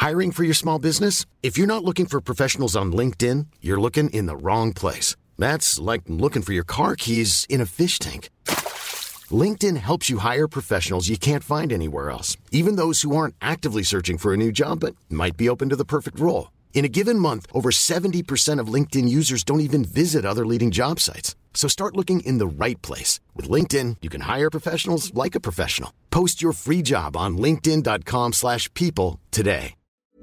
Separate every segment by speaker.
Speaker 1: Hiring for your small business? If you're not looking for professionals on LinkedIn, you're looking in the wrong place. That's like looking for your car keys in a fish tank. LinkedIn helps you hire professionals you can't find anywhere else, even those who aren't actively searching for a new job but might be open to the perfect role. In a given month, over 70% of LinkedIn users don't even visit other leading job sites. So start looking in the right place. With LinkedIn, you can hire professionals like a professional. Post your free job on linkedin.com/people today.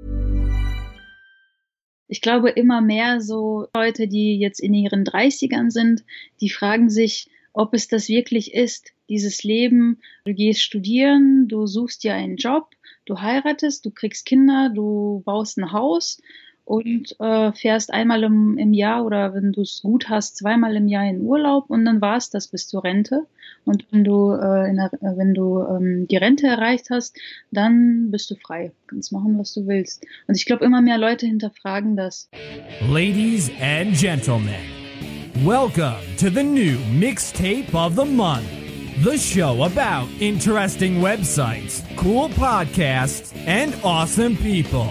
Speaker 2: Ich glaube, immer mehr so Leute, die jetzt in ihren 30ern sind, die fragen sich, ob es das wirklich ist, dieses Leben. Du gehst studieren, du suchst dir einen Job, du heiratest, du kriegst Kinder, du baust ein Haus und fährst einmal im Jahr oder wenn du es gut hast, zweimal im Jahr in Urlaub und dann war es das bis zur Rente. Und wenn du die Rente erreicht hast, dann bist du frei, kannst machen, was du willst. Und ich glaube, immer mehr Leute hinterfragen das.
Speaker 3: Ladies and gentlemen, welcome to the new Mixtape of the Month. The show about interesting websites, cool podcasts, and awesome people.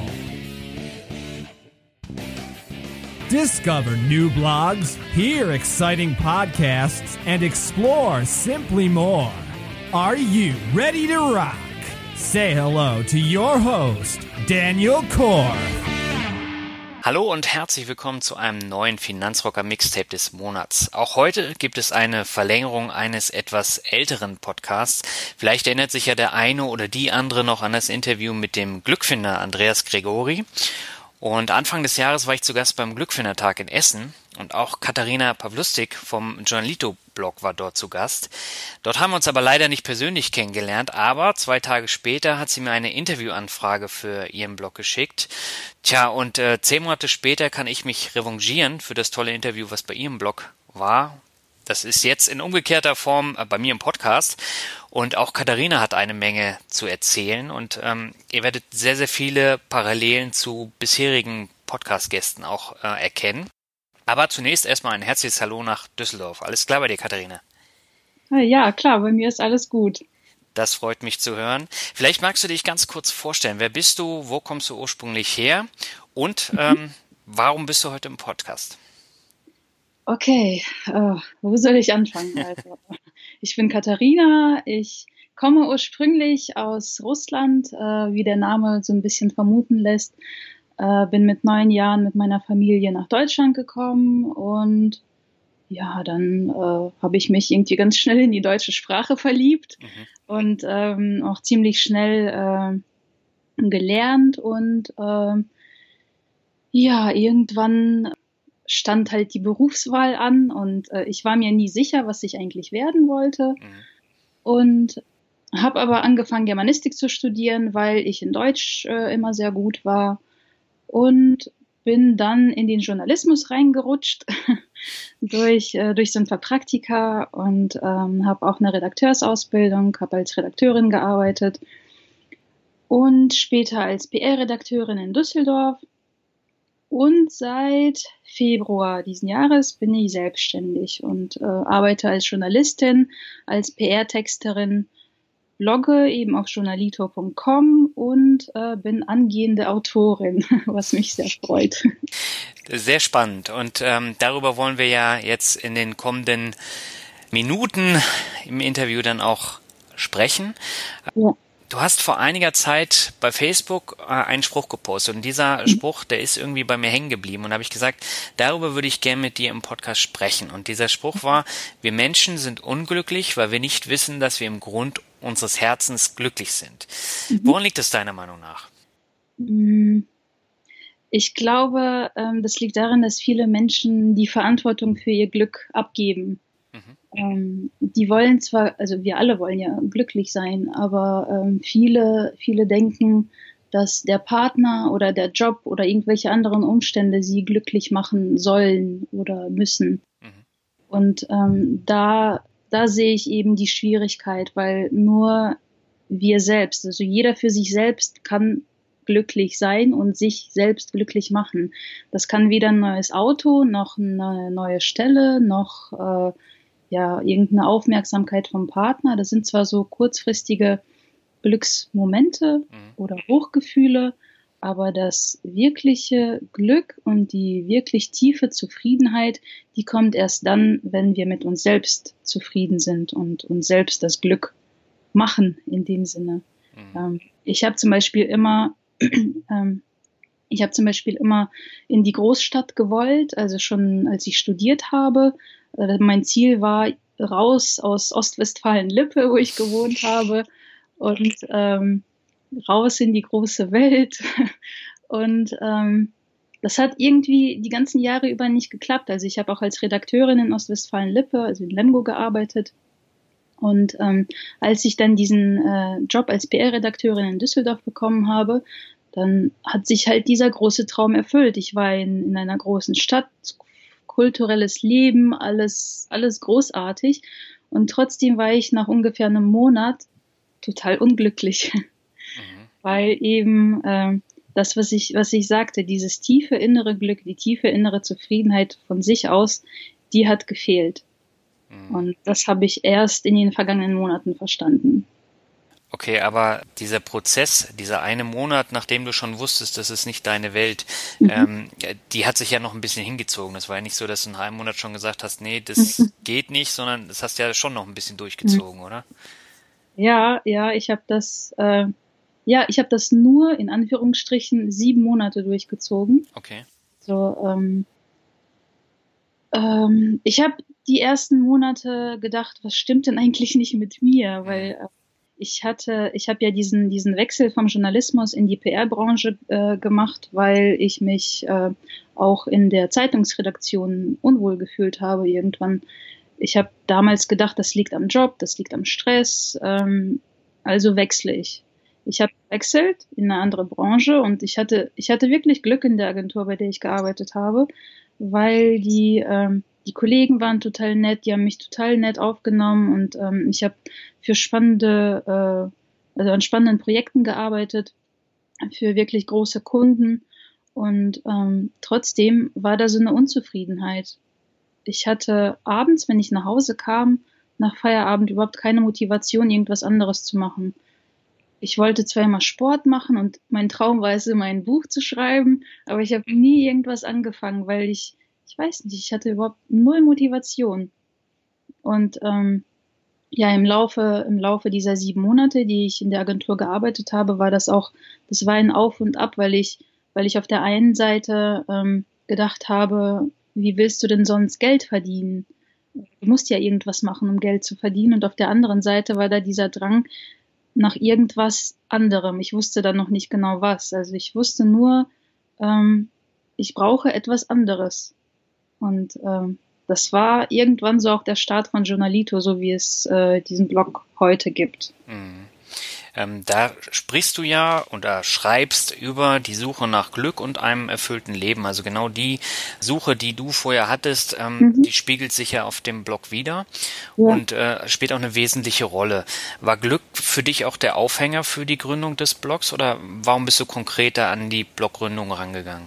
Speaker 3: Discover new blogs, hear exciting podcasts, and explore simply more. Are you ready to rock? Say hello to your host, Daniel Korf.
Speaker 4: Hallo und herzlich willkommen zu einem neuen Finanzrocker Mixtape des Monats. Auch heute gibt es eine Verlängerung eines etwas älteren Podcasts. Vielleicht erinnert sich ja der eine oder die andere noch an das Interview mit dem Glückfinder Andreas Gregori. Und Anfang des Jahres war ich zu Gast beim Glückfindertag in Essen und auch Katharina Pawlustik vom Journalito-Blog war dort zu Gast. Dort haben wir uns aber leider nicht persönlich kennengelernt, aber 2 Tage später hat sie mir eine Interviewanfrage für ihren Blog geschickt. Tja, und 10 Monate später kann ich mich revanchieren für das tolle Interview, was bei ihrem Blog war. Das ist jetzt in umgekehrter Form bei mir im Podcast und auch Katharina hat eine Menge zu erzählen und ihr werdet sehr, sehr viele Parallelen zu bisherigen Podcast-Gästen auch erkennen. Aber zunächst erstmal ein herzliches Hallo nach Düsseldorf. Alles klar bei dir, Katharina?
Speaker 2: Ja, klar, bei mir ist alles gut.
Speaker 4: Das freut mich zu hören. Vielleicht magst du dich ganz kurz vorstellen. Wer bist du? Wo kommst du ursprünglich her? Und warum bist du heute im Podcast?
Speaker 2: Okay, wo soll ich anfangen? Also, ich bin Katharina, ich komme ursprünglich aus Russland, wie der Name so ein bisschen vermuten lässt. Bin mit 9 Jahren mit meiner Familie nach Deutschland gekommen und ja, dann habe ich mich irgendwie ganz schnell in die deutsche Sprache verliebt und auch ziemlich schnell gelernt und ja, irgendwann stand halt die Berufswahl an und ich war mir nie sicher, was ich eigentlich werden wollte und habe aber angefangen, Germanistik zu studieren, weil ich in Deutsch immer sehr gut war und bin dann in den Journalismus reingerutscht durch so ein paar Praktika und habe auch eine Redakteursausbildung, habe als Redakteurin gearbeitet und später als PR-Redakteurin in Düsseldorf. Und seit Februar diesen Jahres bin ich selbstständig und arbeite als Journalistin, als PR-Texterin, blogge eben auf journalito.com und bin angehende Autorin, was mich sehr freut.
Speaker 4: Sehr spannend und darüber wollen wir ja jetzt in den kommenden Minuten im Interview dann auch sprechen. Ja. Du hast vor einiger Zeit bei Facebook einen Spruch gepostet und dieser Spruch, der ist irgendwie bei mir hängen geblieben und da habe ich gesagt, darüber würde ich gerne mit dir im Podcast sprechen. Und dieser Spruch war, wir Menschen sind unglücklich, weil wir nicht wissen, dass wir im Grund unseres Herzens glücklich sind. Woran liegt es deiner Meinung nach?
Speaker 2: Ich glaube, das liegt daran, dass viele Menschen die Verantwortung für ihr Glück abgeben. Die wollen zwar, also wir alle wollen ja glücklich sein, aber viele denken, dass der Partner oder der Job oder irgendwelche anderen Umstände sie glücklich machen sollen oder müssen. Und da sehe ich eben die Schwierigkeit, weil nur wir selbst, also jeder für sich selbst kann glücklich sein und sich selbst glücklich machen. Das kann weder ein neues Auto, noch eine neue Stelle, noch irgendeine Aufmerksamkeit vom Partner. Das sind zwar so kurzfristige Glücksmomente oder Hochgefühle, Aber das wirkliche Glück und die wirklich tiefe Zufriedenheit, die kommt erst dann, wenn wir mit uns selbst zufrieden sind und uns selbst das Glück machen in dem Sinne. Ich habe zum Beispiel immer in die Großstadt gewollt, also schon als ich studiert habe. Mein Ziel war raus aus Ostwestfalen-Lippe, wo ich gewohnt habe, und raus in die große Welt. Und das hat irgendwie die ganzen Jahre über nicht geklappt. Also ich habe auch als Redakteurin in Ostwestfalen-Lippe, also in Lemgo, gearbeitet. Und als ich dann diesen Job als PR-Redakteurin in Düsseldorf bekommen habe, dann hat sich halt dieser große Traum erfüllt. Ich war in einer großen Stadt, kulturelles Leben, alles großartig. Und trotzdem war ich nach ungefähr einem Monat total unglücklich. Weil eben das, was ich sagte, dieses tiefe innere Glück, die tiefe innere Zufriedenheit von sich aus, die hat gefehlt. Und das habe ich erst in den vergangenen Monaten verstanden.
Speaker 4: Okay, aber dieser Prozess, dieser eine Monat, nachdem du schon wusstest, das ist nicht deine Welt, die hat sich ja noch ein bisschen hingezogen. Das war ja nicht so, dass du nach einem Monat schon gesagt hast, nee, das geht nicht, sondern das hast ja schon noch ein bisschen durchgezogen, oder?
Speaker 2: Ja, ich habe das nur in Anführungsstrichen 7 Monate durchgezogen.
Speaker 4: Okay.
Speaker 2: So, ich habe die ersten Monate gedacht, was stimmt denn eigentlich nicht mit mir? Weil ich habe ja diesen Wechsel vom Journalismus in die PR-Branche gemacht, weil ich mich auch in der Zeitungsredaktion unwohl gefühlt habe irgendwann. Ich habe damals gedacht, das liegt am Job, das liegt am Stress, also wechsle ich. Ich habe gewechselt in eine andere Branche und ich hatte wirklich Glück in der Agentur, bei der ich gearbeitet habe, weil die Kollegen waren total nett, die haben mich total nett aufgenommen und ich habe für an spannenden Projekten gearbeitet, für wirklich große Kunden, und trotzdem war da so eine Unzufriedenheit. Ich hatte abends, wenn ich nach Hause kam, nach Feierabend überhaupt keine Motivation, irgendwas anderes zu machen. Ich wollte zwar immer Sport machen und mein Traum war es immer, ein Buch zu schreiben, aber ich habe nie irgendwas angefangen, weil ich weiß nicht, ich hatte überhaupt null Motivation. Und im Laufe dieser 7 Monate, die ich in der Agentur gearbeitet habe, das war ein Auf und Ab, weil ich auf der einen Seite gedacht habe, wie willst du denn sonst Geld verdienen? Du musst ja irgendwas machen, um Geld zu verdienen. Und auf der anderen Seite war da dieser Drang nach irgendwas anderem. Ich wusste dann noch nicht genau was. Also ich wusste nur, ich brauche etwas anderes. Und das war irgendwann so auch der Start von Journalito, so wie es diesen Blog heute gibt.
Speaker 4: Da sprichst du ja oder schreibst über die Suche nach Glück und einem erfüllten Leben. Also genau die Suche, die du vorher hattest, die spiegelt sich ja auf dem Blog wider und spielt auch eine wesentliche Rolle. War Glück für dich auch der Aufhänger für die Gründung des Blogs oder warum bist du konkreter an die Bloggründung rangegangen?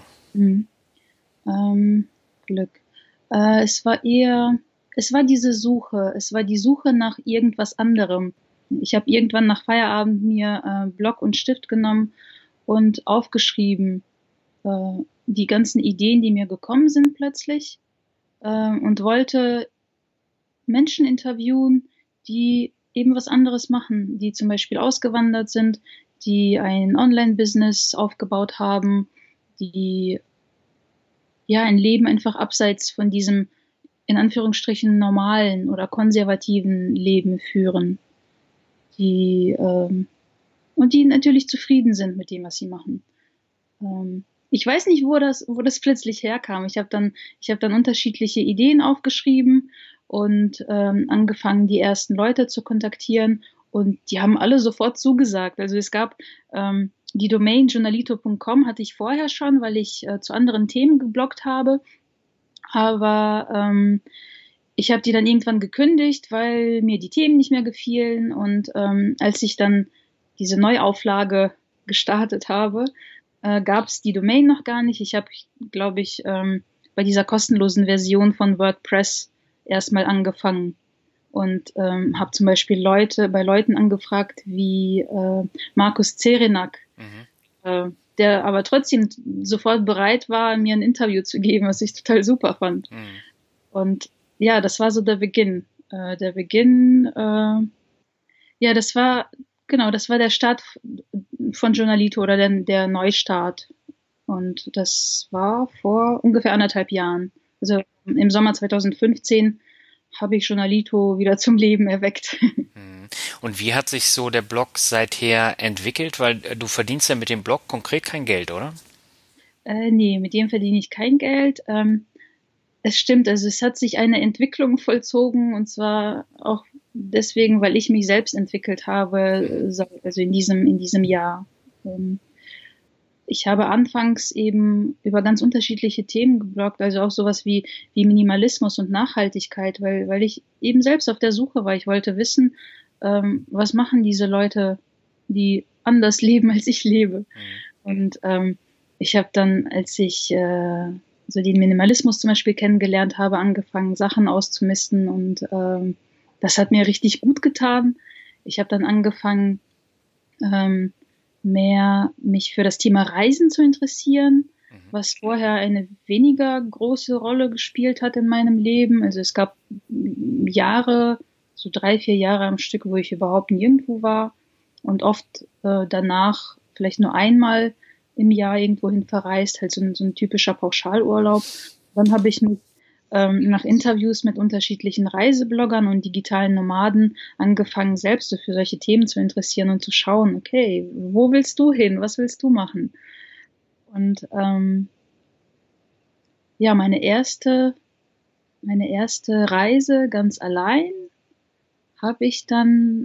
Speaker 2: Glück. Es war diese Suche. Es war die Suche nach irgendwas anderem. Ich habe irgendwann nach Feierabend mir Block und Stift genommen und aufgeschrieben die ganzen Ideen, die mir gekommen sind plötzlich, und wollte Menschen interviewen, die eben was anderes machen, die zum Beispiel ausgewandert sind, die ein Online-Business aufgebaut haben, die ein Leben einfach abseits von diesem in Anführungsstrichen normalen oder konservativen Leben führen. Die natürlich zufrieden sind mit dem, was sie machen. Ich weiß nicht, wo das plötzlich herkam. Ich habe dann unterschiedliche Ideen aufgeschrieben und angefangen, die ersten Leute zu kontaktieren, und die haben alle sofort zugesagt. Also es gab die Domain journalito.com hatte ich vorher schon, weil ich zu anderen Themen gebloggt habe, aber ich habe die dann irgendwann gekündigt, weil mir die Themen nicht mehr gefielen, und als ich dann diese Neuauflage gestartet habe, gab es die Domain noch gar nicht. Ich habe, glaube ich, bei dieser kostenlosen Version von WordPress erstmal angefangen und habe zum Beispiel bei Leuten angefragt wie Markus Zerenak, der aber trotzdem sofort bereit war, mir ein Interview zu geben, was ich total super fand. Und ja, das war so der Beginn. Das war der Start von Journalito oder der Neustart. Und das war vor ungefähr 1,5 Jahren. Also im Sommer 2015 habe ich Journalito wieder zum Leben erweckt.
Speaker 4: Und wie hat sich so der Blog seither entwickelt? Weil du verdienst ja mit dem Blog konkret kein Geld, oder?
Speaker 2: Nee, mit dem verdiene ich kein Geld. Es stimmt, also es hat sich eine Entwicklung vollzogen, und zwar auch deswegen, weil ich mich selbst entwickelt habe, also in diesem Jahr. Ich habe anfangs eben über ganz unterschiedliche Themen gebloggt, also auch sowas wie Minimalismus und Nachhaltigkeit, weil ich eben selbst auf der Suche war. Ich wollte wissen, was machen diese Leute, die anders leben, als ich lebe. Und ich habe dann, als ich so den Minimalismus zum Beispiel kennengelernt habe, angefangen, Sachen auszumisten, und das hat mir richtig gut getan. Ich habe dann angefangen, mehr mich für das Thema Reisen zu interessieren, was vorher eine weniger große Rolle gespielt hat in meinem Leben. Also es gab Jahre, so 3-4 Jahre am Stück, wo ich überhaupt nirgendwo war, und oft danach vielleicht nur einmal im Jahr irgendwohin verreist, halt so ein typischer Pauschalurlaub. Dann habe ich mich nach Interviews mit unterschiedlichen Reisebloggern und digitalen Nomaden angefangen, selbst so für solche Themen zu interessieren und zu schauen, okay, wo willst du hin? Was willst du machen? Und meine erste Reise ganz allein habe ich dann,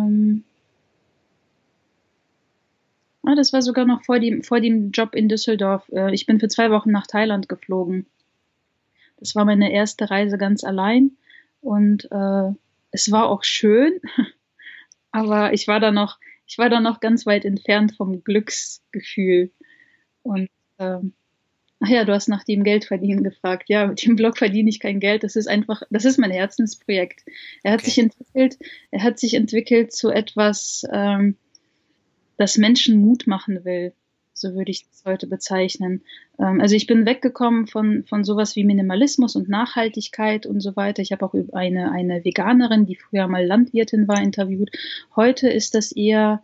Speaker 2: das war sogar noch vor dem Job in Düsseldorf. Ich bin für 2 Wochen nach Thailand geflogen. Das war meine erste Reise ganz allein, und es war auch schön, aber ich war da noch ganz weit entfernt vom Glücksgefühl. Und du hast nach dem Geldverdienen gefragt. Ja, mit dem Blog verdiene ich kein Geld. Das ist mein Herzensprojekt. Er hat sich entwickelt zu etwas, das Menschen Mut machen will. So würde ich das heute bezeichnen. Also ich bin weggekommen von sowas wie Minimalismus und Nachhaltigkeit und so weiter. Ich habe auch eine Veganerin, die früher mal Landwirtin war, interviewt. Heute sind das eher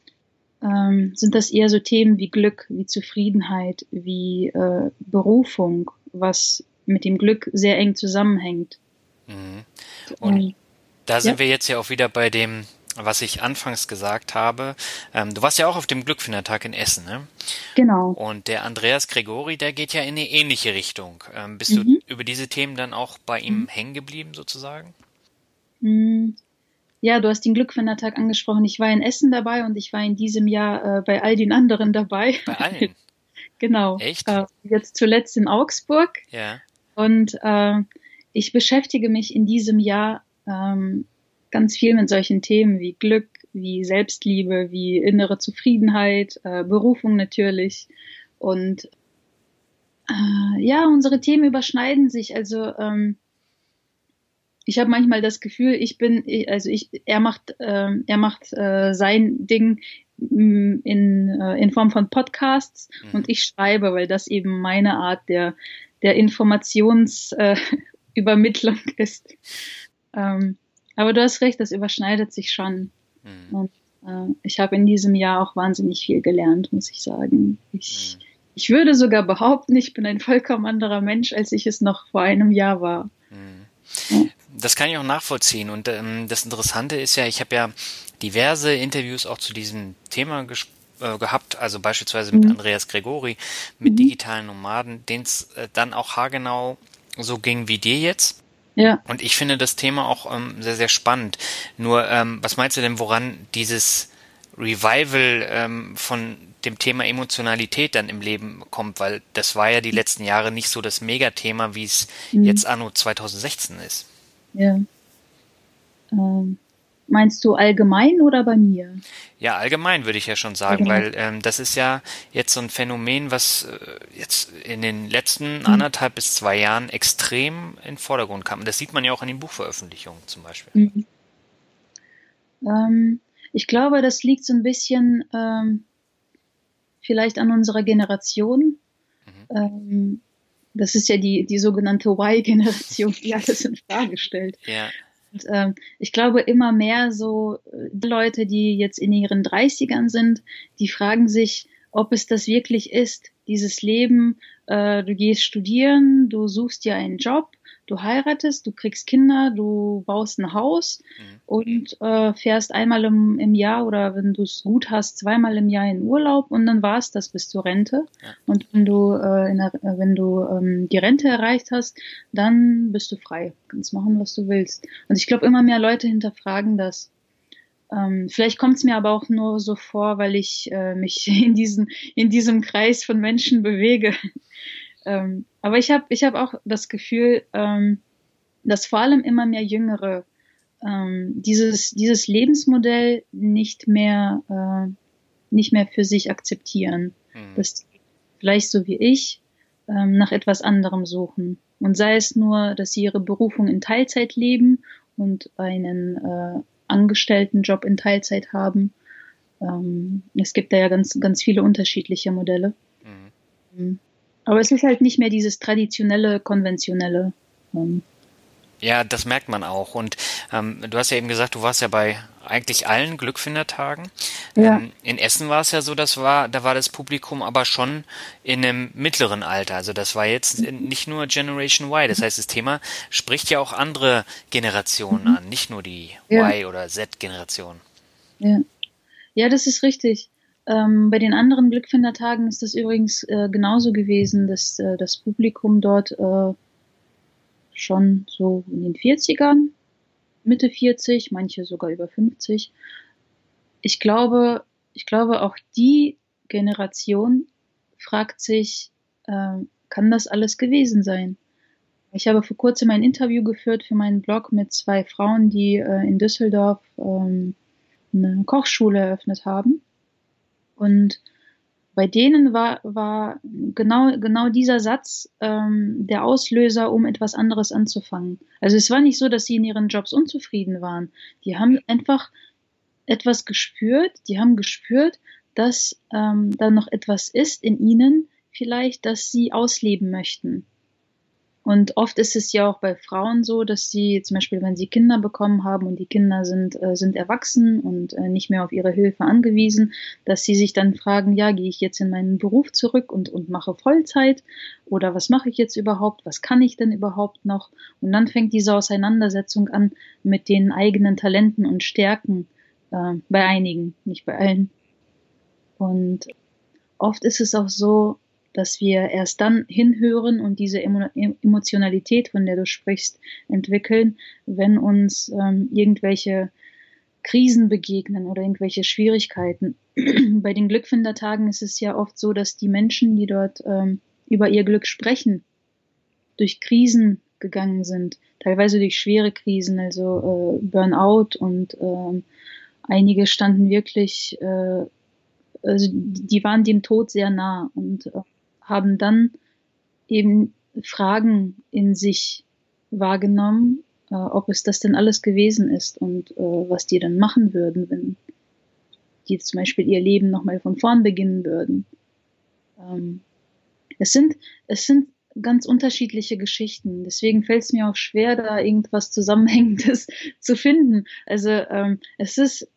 Speaker 2: so Themen wie Glück, wie Zufriedenheit, wie Berufung, was mit dem Glück sehr eng zusammenhängt.
Speaker 4: Und da sind wir jetzt ja auch wieder bei dem, was ich anfangs gesagt habe. Du warst ja auch auf dem Glückfindertag in Essen, ne?
Speaker 2: Genau.
Speaker 4: Und der Andreas Gregori, der geht ja in eine ähnliche Richtung. Bist du über diese Themen dann auch bei ihm hängen geblieben, sozusagen?
Speaker 2: Ja, du hast den Glückfindertag angesprochen. Ich war in Essen dabei, und ich war in diesem Jahr bei all den anderen dabei.
Speaker 4: Bei allen?
Speaker 2: Genau.
Speaker 4: Echt?
Speaker 2: Jetzt zuletzt in Augsburg.
Speaker 4: Ja.
Speaker 2: Und ich beschäftige mich in diesem Jahr ganz viel mit solchen Themen wie Glück, wie Selbstliebe, wie innere Zufriedenheit, Berufung natürlich. Und unsere Themen überschneiden sich. Also ich habe manchmal das Gefühl, er macht sein Ding in Form von Podcasts, und ich schreibe, weil das eben meine Art der Informationsübermittlung ist. Aber du hast recht, das überschneidet sich schon. Und ich habe in diesem Jahr auch wahnsinnig viel gelernt, muss ich sagen. Ich würde sogar behaupten, ich bin ein vollkommen anderer Mensch, als ich es noch vor einem Jahr war.
Speaker 4: Ja. Das kann ich auch nachvollziehen. Und das Interessante ist ja, ich habe ja diverse Interviews auch zu diesem Thema gehabt, also beispielsweise mit Andreas Gregori, mit digitalen Nomaden, denen es dann auch haargenau so ging wie dir jetzt.
Speaker 2: Ja.
Speaker 4: Und ich finde das Thema auch sehr, sehr spannend. Nur, was meinst du denn, woran dieses Revival von dem Thema Emotionalität dann im Leben kommt? Weil das war ja die letzten Jahre nicht so das Megathema, wie es jetzt anno 2016 ist.
Speaker 2: Ja. Meinst du allgemein oder bei mir?
Speaker 4: Ja, allgemein würde ich ja schon sagen, weil das ist ja jetzt so ein Phänomen, was jetzt in den letzten 1,5 bis 2 Jahren extrem in den Vordergrund kam. Und das sieht man ja auch in den Buchveröffentlichungen zum Beispiel.
Speaker 2: Ich glaube, das liegt so ein bisschen vielleicht an unserer Generation. Das ist ja die sogenannte Y-Generation, die alles in Frage stellt.
Speaker 4: Ja.
Speaker 2: Und ich glaube, immer mehr so die Leute, die jetzt in ihren 30ern sind, die fragen sich, ob es das wirklich ist, dieses Leben. Du gehst studieren, du suchst dir einen Job, du heiratest, du kriegst Kinder, du baust ein Haus und fährst einmal im Jahr oder wenn du es gut hast, zweimal im Jahr in Urlaub und dann war's das bis zur Rente. Ja. Und wenn du die Rente erreicht hast, dann bist du frei, kannst machen, was du willst. Und ich glaube, immer mehr Leute hinterfragen das. Vielleicht kommt es mir aber auch nur so vor, weil ich mich in diesem Kreis von Menschen bewege. Aber ich hab auch das Gefühl, dass vor allem immer mehr Jüngere dieses Lebensmodell nicht mehr für sich akzeptieren. Dass die vielleicht so wie ich nach etwas anderem suchen. Und sei es nur, dass sie ihre Berufung in Teilzeit leben und einen Angestelltenjob in Teilzeit haben. Es gibt da ja ganz, ganz viele unterschiedliche Modelle. Aber es ist halt nicht mehr dieses traditionelle, konventionelle.
Speaker 4: Ja, das merkt man auch. Und du hast ja eben gesagt, du warst ja bei eigentlich allen Glückfindertagen.
Speaker 2: Ja.
Speaker 4: In Essen war es ja so, da war das Publikum aber schon in einem mittleren Alter. Also das war jetzt nicht nur Generation Y. Das heißt, das Thema spricht ja auch andere Generationen an, nicht nur die Y- oder Z-Generation.
Speaker 2: Ja, das ist richtig. Bei den anderen Glückfindertagen ist das übrigens genauso gewesen, dass das Publikum dort schon so in den 40ern, Mitte 40, manche sogar über 50. Ich glaube, auch die Generation fragt sich, kann das alles gewesen sein? Ich habe vor kurzem ein Interview geführt für meinen Blog mit 2 Frauen, die in Düsseldorf eine Kochschule eröffnet haben. Und bei denen war genau dieser Satz der Auslöser, um etwas anderes anzufangen. Also es war nicht so, dass sie in ihren Jobs unzufrieden waren. Die haben einfach etwas gespürt. Die haben gespürt, dass da noch etwas ist in ihnen, vielleicht, das sie ausleben möchten. Und oft ist es ja auch bei Frauen so, dass sie zum Beispiel, wenn sie Kinder bekommen haben und die Kinder sind erwachsen und nicht mehr auf ihre Hilfe angewiesen, dass sie sich dann fragen, ja, gehe ich jetzt in meinen Beruf zurück und mache Vollzeit oder was mache ich jetzt überhaupt, was kann ich denn überhaupt noch? Und dann fängt diese Auseinandersetzung an mit den eigenen Talenten und Stärken, bei einigen, nicht bei allen. Und oft ist es auch so, dass wir erst dann hinhören und diese Emotionalität, von der du sprichst, entwickeln, wenn uns irgendwelche Krisen begegnen oder irgendwelche Schwierigkeiten. Bei den Glückfindertagen ist es ja oft so, dass die Menschen, die dort über ihr Glück sprechen, durch Krisen gegangen sind, teilweise durch schwere Krisen, also Burnout und einige standen wirklich, also die waren dem Tod sehr nah und haben dann eben Fragen in sich wahrgenommen, ob es das denn alles gewesen ist und was die dann machen würden, wenn die zum Beispiel ihr Leben nochmal von vorn beginnen würden. Es sind ganz unterschiedliche Geschichten. Deswegen fällt es mir auch schwer, da irgendwas Zusammenhängendes zu finden. Also es ist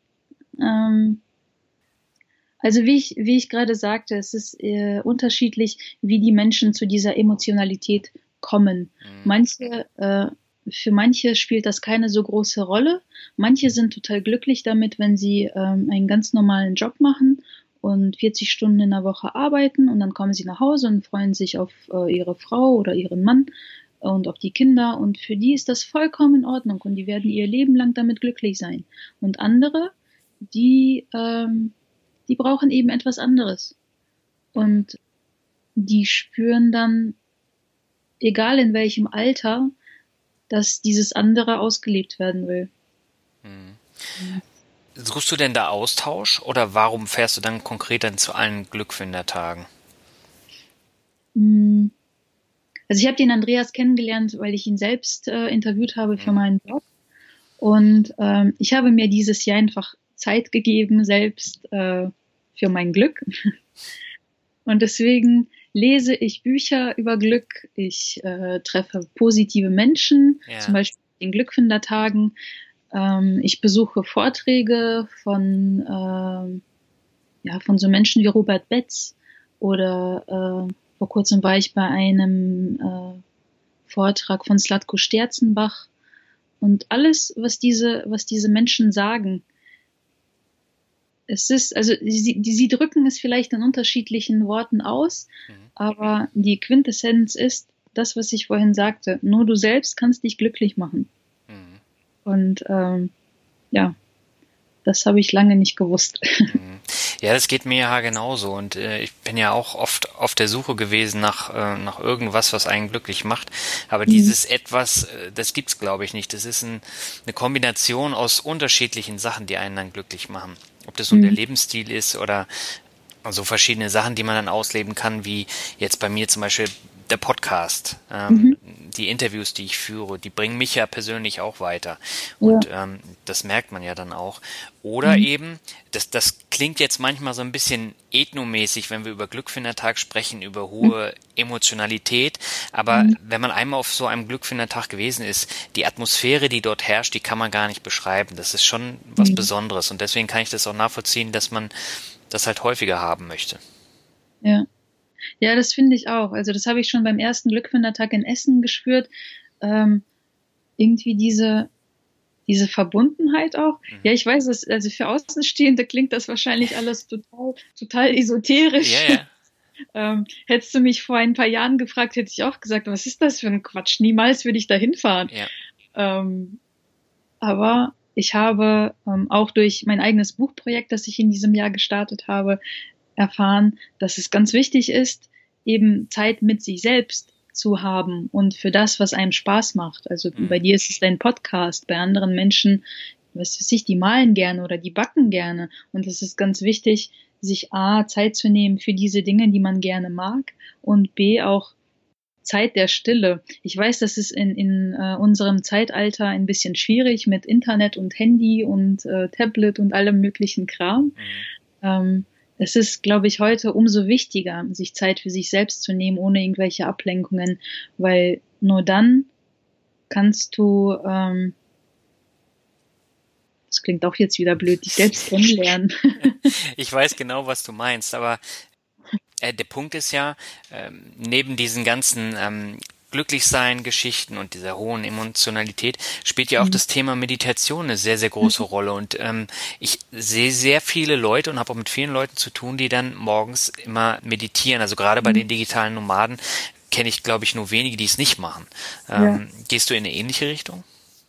Speaker 2: also wie ich gerade sagte, es ist unterschiedlich, wie die Menschen zu dieser Emotionalität kommen. Für manche spielt das keine so große Rolle. Manche sind total glücklich damit, wenn sie einen ganz normalen Job machen und 40 Stunden in der Woche arbeiten und dann kommen sie nach Hause und freuen sich auf ihre Frau oder ihren Mann und auf die Kinder und für die ist das vollkommen in Ordnung und die werden ihr Leben lang damit glücklich sein. Und andere, die brauchen eben etwas anderes. Und die spüren dann, egal in welchem Alter, dass dieses andere ausgelebt werden will.
Speaker 4: Suchst du denn da Austausch oder warum fährst du dann konkret zu allen Glückfindertagen?
Speaker 2: Also ich habe den Andreas kennengelernt, weil ich ihn selbst interviewt habe für meinen Blog. Und ich habe mir dieses Jahr einfach Zeit gegeben, selbst für mein Glück. Und deswegen lese ich Bücher über Glück. Ich treffe positive Menschen, zum Beispiel in Glückfindertagen. Ich besuche Vorträge von so Menschen wie Robert Betz oder vor kurzem war ich bei einem Vortrag von Slatko Sterzenbach und alles, was diese Menschen sagen. Es ist, also sie drücken es vielleicht in unterschiedlichen Worten aus, aber die Quintessenz ist das, was ich vorhin sagte. Nur du selbst kannst dich glücklich machen. Und das habe ich lange nicht gewusst.
Speaker 4: Ja, das geht mir ja genauso und ich bin ja auch oft auf der Suche gewesen nach irgendwas, was einen glücklich macht. Aber dieses Etwas, das gibt's, glaube ich, nicht. Das ist eine Kombination aus unterschiedlichen Sachen, die einen dann glücklich machen. Ob das nun der Lebensstil ist oder so verschiedene Sachen, die man dann ausleben kann, wie jetzt bei mir zum Beispiel der Podcast, die Interviews, die ich führe, die bringen mich ja persönlich auch weiter. Und das merkt man ja dann auch. Oder eben, das klingt jetzt manchmal so ein bisschen ethnomäßig, wenn wir über Glückfindertag sprechen, über hohe Emotionalität. Aber wenn man einmal auf so einem Glückfindertag gewesen ist, die Atmosphäre, die dort herrscht, die kann man gar nicht beschreiben. Das ist schon was Besonderes. Und deswegen kann ich das auch nachvollziehen, dass man das halt häufiger haben möchte.
Speaker 2: Ja. Ja, das finde ich auch. Also das habe ich schon beim ersten Glückfindertag in Essen gespürt. Irgendwie diese Verbundenheit auch. Ja, ich weiß es, also für Außenstehende klingt das wahrscheinlich alles total esoterisch.
Speaker 4: Ja.
Speaker 2: Hättest du mich vor ein paar Jahren gefragt, hätte ich auch gesagt, was ist das für ein Quatsch? Niemals würde ich da hinfahren.
Speaker 4: Ja.
Speaker 2: Aber ich habe auch durch mein eigenes Buchprojekt, das ich in diesem Jahr gestartet habe, erfahren, dass es ganz wichtig ist, eben Zeit mit sich selbst zu haben und für das, was einem Spaß macht. Also bei dir ist es dein Podcast, bei anderen Menschen, was weiß ich, die malen gerne oder die backen gerne. Und es ist ganz wichtig, sich A, Zeit zu nehmen für diese Dinge, die man gerne mag und B, auch Zeit der Stille. Ich weiß, das ist in unserem Zeitalter ein bisschen schwierig mit Internet und Handy und Tablet und allem möglichen Kram. Es ist, glaube ich, heute umso wichtiger, sich Zeit für sich selbst zu nehmen, ohne irgendwelche Ablenkungen, weil nur dann kannst du, das klingt auch jetzt wieder blöd, dich selbst kennenlernen.
Speaker 4: Ich weiß genau, was du meinst, aber der Punkt ist ja, neben diesen ganzen Glücklichsein-Geschichten und dieser hohen Emotionalität spielt ja auch das Thema Meditation eine sehr, sehr große Rolle. Und ich sehe sehr viele Leute und habe auch mit vielen Leuten zu tun, die dann morgens immer meditieren. Also gerade bei den digitalen Nomaden kenne ich, glaube ich, nur wenige, die es nicht machen. Gehst du in eine ähnliche Richtung?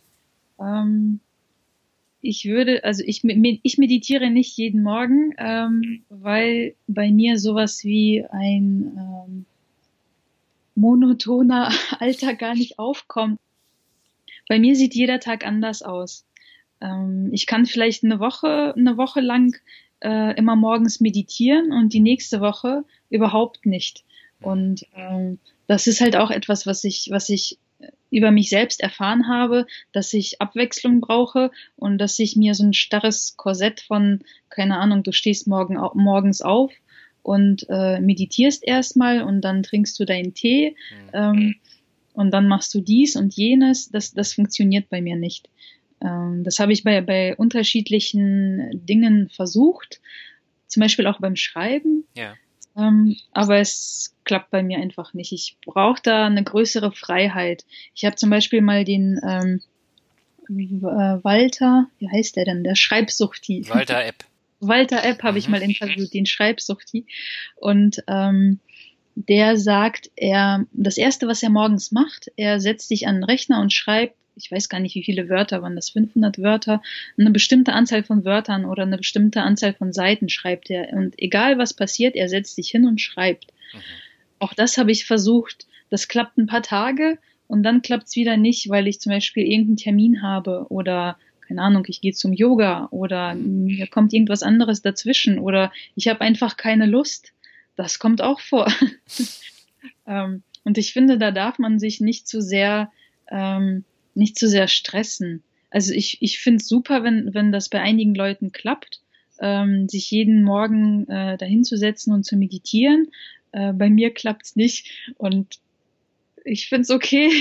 Speaker 2: Ich meditiere nicht jeden Morgen, weil bei mir sowas wie ein monotoner Alltag gar nicht aufkommt. Bei mir sieht jeder Tag anders aus. Ich kann vielleicht eine Woche lang immer morgens meditieren und die nächste Woche überhaupt nicht. Und das ist halt auch etwas, was ich über mich selbst erfahren habe, dass ich Abwechslung brauche und dass ich mir so ein starres Korsett von, keine Ahnung, du stehst morgens auf und meditierst erstmal und dann trinkst du deinen Tee und dann machst du dies und jenes. Das funktioniert bei mir nicht. Das habe ich bei unterschiedlichen Dingen versucht, zum Beispiel auch beim Schreiben.
Speaker 4: Ja.
Speaker 2: Aber es klappt bei mir einfach nicht. Ich brauche da eine größere Freiheit. Ich habe zum Beispiel mal den Walter, wie heißt der denn? Der Schreibsuchti. Walter Epp habe ich mal interviewt, den Schreibsuchti. Und der sagt, das Erste, was er morgens macht, er setzt sich an den Rechner und schreibt, ich weiß gar nicht, wie viele Wörter waren das, 500 Wörter, eine bestimmte Anzahl von Wörtern oder eine bestimmte Anzahl von Seiten schreibt er. Und egal was passiert, er setzt sich hin und schreibt. Auch das habe ich versucht. Das klappt ein paar Tage und dann klappt es wieder nicht, weil ich zum Beispiel irgendeinen Termin habe oder keine Ahnung, ich gehe zum Yoga oder mir kommt irgendwas anderes dazwischen oder ich habe einfach keine Lust. Das kommt auch vor. Und ich finde, da darf man sich nicht zu sehr stressen. Also ich finde es super, wenn das bei einigen Leuten klappt. sich jeden Morgen dahinzusetzen und zu meditieren. Bei mir klappt's nicht und ich find's okay.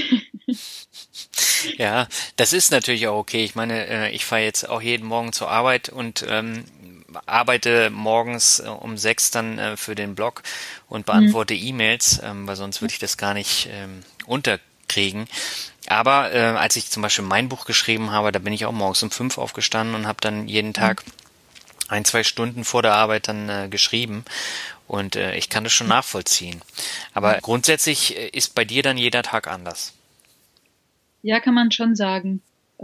Speaker 4: Ja, das ist natürlich auch okay. Ich meine, ich fahre jetzt auch jeden Morgen zur Arbeit und arbeite morgens um 6 dann für den Blog und beantworte E-Mails, weil sonst würde ich das gar nicht unterkriegen. Aber als ich zum Beispiel mein Buch geschrieben habe, da bin ich auch morgens um 5 aufgestanden und habe dann jeden Tag 1-2 Stunden vor der Arbeit dann geschrieben. Und ich kann das schon nachvollziehen. Aber grundsätzlich ist bei dir dann jeder Tag anders.
Speaker 2: Ja, kann man schon sagen.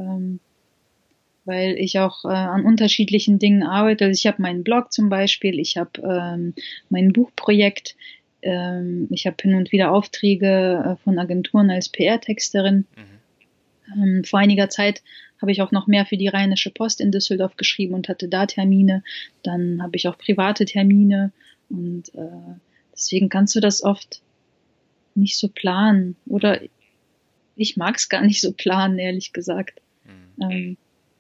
Speaker 2: Weil ich auch an unterschiedlichen Dingen arbeite. Also ich habe meinen Blog zum Beispiel, ich habe mein Buchprojekt, ich habe hin und wieder Aufträge von Agenturen als PR-Texterin. Vor einiger Zeit habe ich auch noch mehr für die Rheinische Post in Düsseldorf geschrieben und hatte da Termine. Dann habe ich auch private Termine und deswegen kannst du das oft nicht so planen. Oder ich mag es gar nicht so planen, ehrlich gesagt. Ja.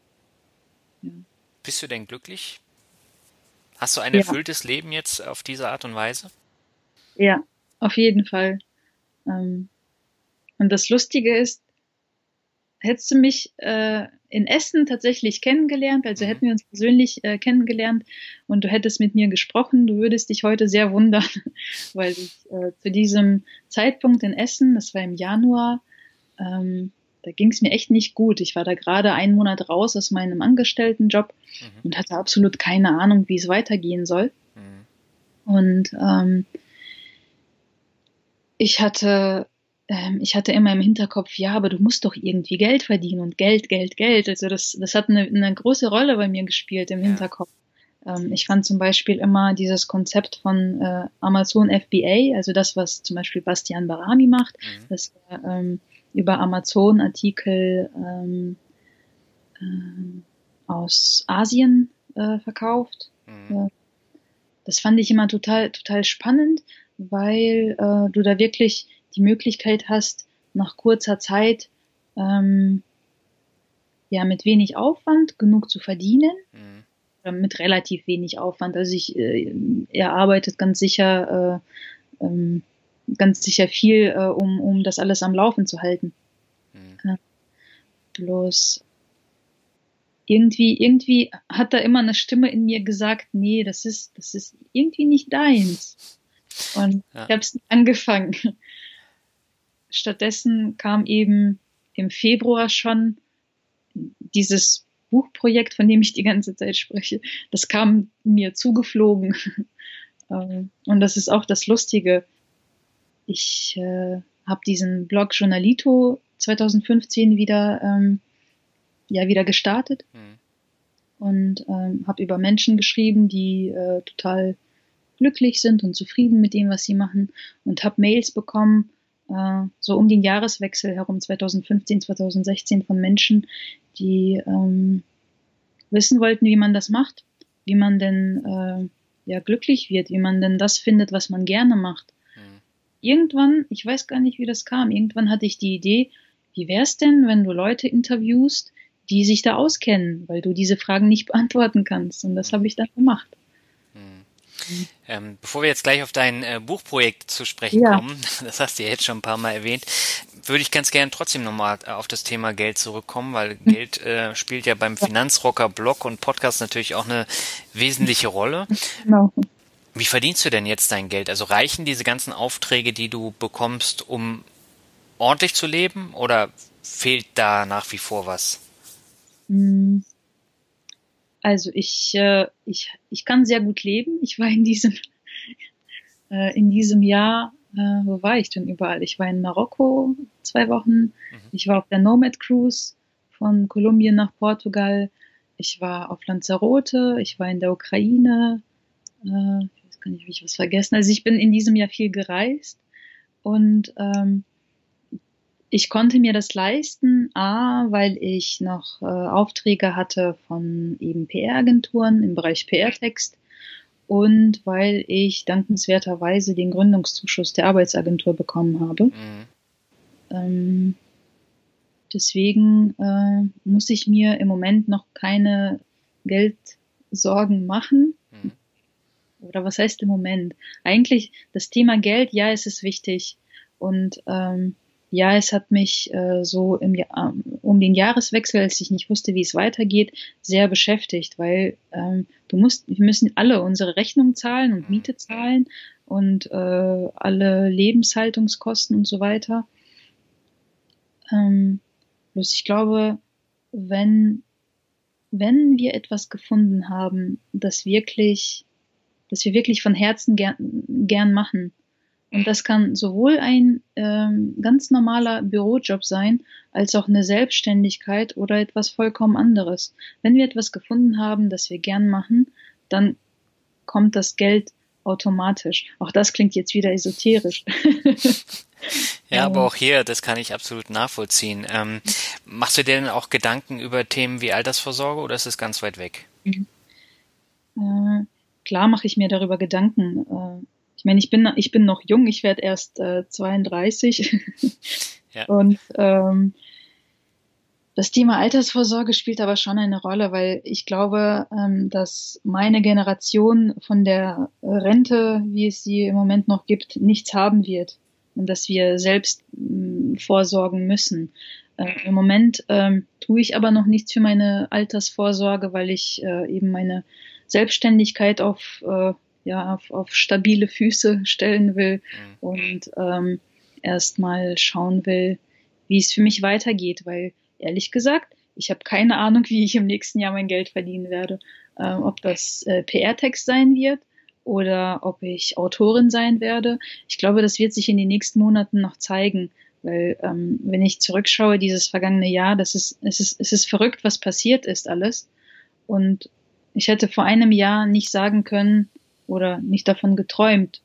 Speaker 4: Bist du denn glücklich? Hast du ein erfülltes Leben jetzt auf diese Art und Weise?
Speaker 2: Ja, auf jeden Fall. Und das Lustige ist, hättest du mich in Essen tatsächlich kennengelernt, also hätten wir uns persönlich kennengelernt und du hättest mit mir gesprochen, du würdest dich heute sehr wundern, weil ich zu diesem Zeitpunkt in Essen, das war im Januar, da ging es mir echt nicht gut. Ich war da gerade einen Monat raus aus meinem Angestelltenjob und hatte absolut keine Ahnung, wie es weitergehen soll. Und ich hatte immer im Hinterkopf, ja, aber du musst doch irgendwie Geld verdienen und Geld. Also das hat eine große Rolle bei mir gespielt im Hinterkopf. Ich fand zum Beispiel immer dieses Konzept von Amazon FBA, also das, was zum Beispiel Bastian Barami macht, dass er über Amazon Artikel aus Asien verkauft. Das fand ich immer total spannend, weil du da wirklich die Möglichkeit hast, nach kurzer Zeit mit wenig Aufwand genug zu verdienen. Mit relativ wenig Aufwand. Also er arbeitet ganz sicher viel, um das alles am Laufen zu halten. Bloß irgendwie hat da immer eine Stimme in mir gesagt, nee, das ist irgendwie nicht deins. Und ich habe es angefangen. Stattdessen kam eben im Februar schon dieses Buchprojekt, von dem ich die ganze Zeit spreche. Das kam mir zugeflogen. Und das ist auch das Lustige. Ich habe diesen Blog Journalito 2015 wieder gestartet und habe über Menschen geschrieben, die total glücklich sind und zufrieden mit dem, was sie machen und habe Mails bekommen, so um den Jahreswechsel herum 2015, 2016 von Menschen, die wissen wollten, wie man das macht, wie man denn glücklich wird, wie man denn das findet, was man gerne macht. Irgendwann, ich weiß gar nicht, wie das kam, irgendwann hatte ich die Idee, wie wär's denn, wenn du Leute interviewst, die sich da auskennen, weil du diese Fragen nicht beantworten kannst. Und das habe ich dann gemacht.
Speaker 4: Bevor wir jetzt gleich auf dein Buchprojekt zu sprechen kommen, das hast du ja jetzt schon ein paar Mal erwähnt, würde ich ganz gerne trotzdem nochmal auf das Thema Geld zurückkommen, weil Geld spielt ja beim Finanzrocker Blog und Podcast natürlich auch eine wesentliche Rolle.
Speaker 2: Genau.
Speaker 4: Wie verdienst du denn jetzt dein Geld? Also reichen diese ganzen Aufträge, die du bekommst, um ordentlich zu leben, oder fehlt da nach wie vor was?
Speaker 2: Also ich kann sehr gut leben. Ich war in diesem Jahr, wo war ich denn überall? Ich war in Marokko 2 Wochen. Ich war auf der Nomad Cruise von Kolumbien nach Portugal. Ich war auf Lanzarote. Ich war in der Ukraine. Ich weiß gar nicht, ob ich was vergessen. Also ich bin in diesem Jahr viel gereist und ich konnte mir das leisten, weil ich noch Aufträge hatte von eben PR-Agenturen im Bereich PR-Text und weil ich dankenswerterweise den Gründungszuschuss der Arbeitsagentur bekommen habe. Deswegen muss ich mir im Moment noch keine Sorgen machen. Oder was heißt im Moment? Eigentlich das Thema Geld, ja, es ist wichtig. Und ja, es hat mich so um den Jahreswechsel, als ich nicht wusste, wie es weitergeht, sehr beschäftigt, weil wir müssen alle unsere Rechnungen zahlen und Miete zahlen und alle Lebenshaltungskosten und so weiter. Bloß ich glaube, wenn wir etwas gefunden haben, das wir wirklich von Herzen gern machen, und das kann sowohl ein ganz normaler Bürojob sein, als auch eine Selbstständigkeit oder etwas vollkommen anderes. Wenn wir etwas gefunden haben, das wir gern machen, dann kommt das Geld automatisch. Auch das klingt jetzt wieder esoterisch.
Speaker 4: Ja, aber auch hier, das kann ich absolut nachvollziehen. Machst du dir denn auch Gedanken über Themen wie Altersvorsorge oder ist es ganz weit weg?
Speaker 2: Klar mache ich mir darüber Gedanken. Ich meine, ich bin noch jung, ich werde erst 32. Ja. Und das Thema Altersvorsorge spielt aber schon eine Rolle, weil ich glaube, dass meine Generation von der Rente, wie es sie im Moment noch gibt, nichts haben wird und dass wir selbst vorsorgen müssen. Im Moment tue ich aber noch nichts für meine Altersvorsorge, weil ich eben meine Selbstständigkeit auf stabile Füße stellen will und erst mal schauen will, wie es für mich weitergeht, weil ehrlich gesagt, ich habe keine Ahnung, wie ich im nächsten Jahr mein Geld verdienen werde. Ob das PR-Text sein wird oder ob ich Autorin sein werde. Ich glaube, das wird sich in den nächsten Monaten noch zeigen, weil wenn ich zurückschaue, dieses vergangene Jahr, es ist verrückt, was passiert ist alles. Und ich hätte vor einem Jahr nicht sagen können oder nicht davon geträumt,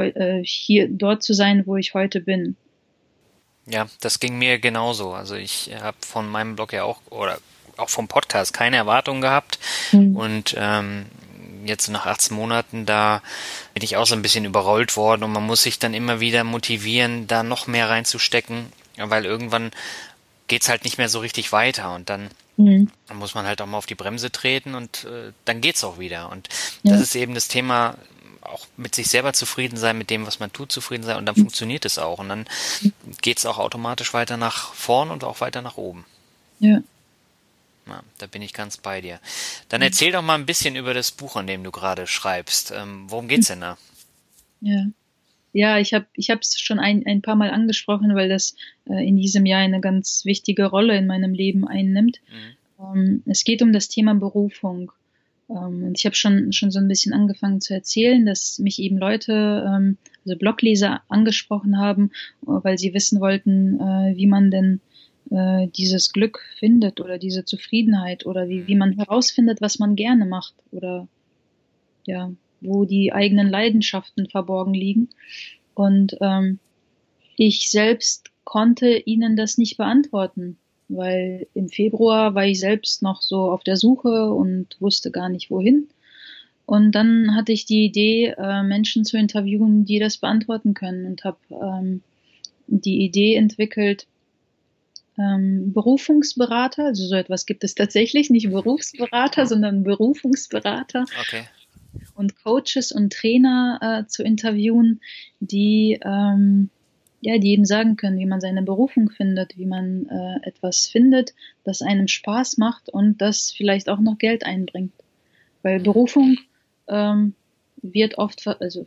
Speaker 2: dort zu sein, wo ich heute bin.
Speaker 4: Ja, das ging mir genauso. Also ich habe von meinem Blog ja auch oder auch vom Podcast keine Erwartungen gehabt und jetzt nach 18 Monaten, da bin ich auch so ein bisschen überrollt worden und man muss sich dann immer wieder motivieren, da noch mehr reinzustecken, weil irgendwann geht's halt nicht mehr so richtig weiter und dann muss man halt auch mal auf die Bremse treten und dann geht's auch wieder. Und das ist eben das Thema, auch mit sich selber zufrieden sein, mit dem, was man tut, zufrieden sein und dann funktioniert es auch. Und dann geht's auch automatisch weiter nach vorn und auch weiter nach oben.
Speaker 2: Ja.
Speaker 4: Ja, da bin ich ganz bei dir. Dann erzähl doch mal ein bisschen über das Buch, an dem du gerade schreibst. Worum geht's denn da?
Speaker 2: Ja, ich habe es schon ein paar Mal angesprochen, weil das in diesem Jahr eine ganz wichtige Rolle in meinem Leben einnimmt. Es geht um das Thema Berufung. Und ich habe schon so ein bisschen angefangen zu erzählen, dass mich eben Leute, also Blogleser angesprochen haben, weil sie wissen wollten, wie man denn dieses Glück findet oder diese Zufriedenheit oder wie man herausfindet, was man gerne macht oder ja, wo die eigenen Leidenschaften verborgen liegen. Und ich selbst konnte ihnen das nicht beantworten, weil im Februar war ich selbst noch so auf der Suche und wusste gar nicht wohin. Und dann hatte ich die Idee, Menschen zu interviewen, die das beantworten können und habe die Idee entwickelt, Berufungsberater, also so etwas gibt es tatsächlich, nicht Berufsberater, sondern Berufungsberater.
Speaker 4: Okay.
Speaker 2: Und Coaches und Trainer zu interviewen, die eben sagen können, wie man seine Berufung findet, wie man etwas findet, das einem Spaß macht und das vielleicht auch noch Geld einbringt. Weil Berufung wird oft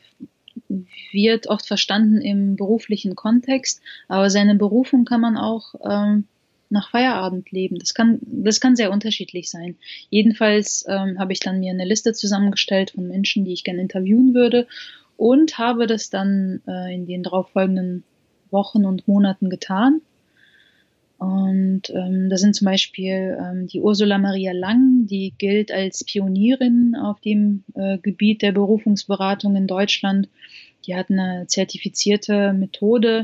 Speaker 2: verstanden im beruflichen Kontext, aber seine Berufung kann man auch nach Feierabend leben. Das kann sehr unterschiedlich sein. Jedenfalls habe ich dann mir eine Liste zusammengestellt von Menschen, die ich gerne interviewen würde und habe das dann in den darauffolgenden Wochen und Monaten getan. Und da sind zum Beispiel die Ursula Maria Lang, die gilt als Pionierin auf dem Gebiet der Berufungsberatung in Deutschland. Die hat eine zertifizierte Methode,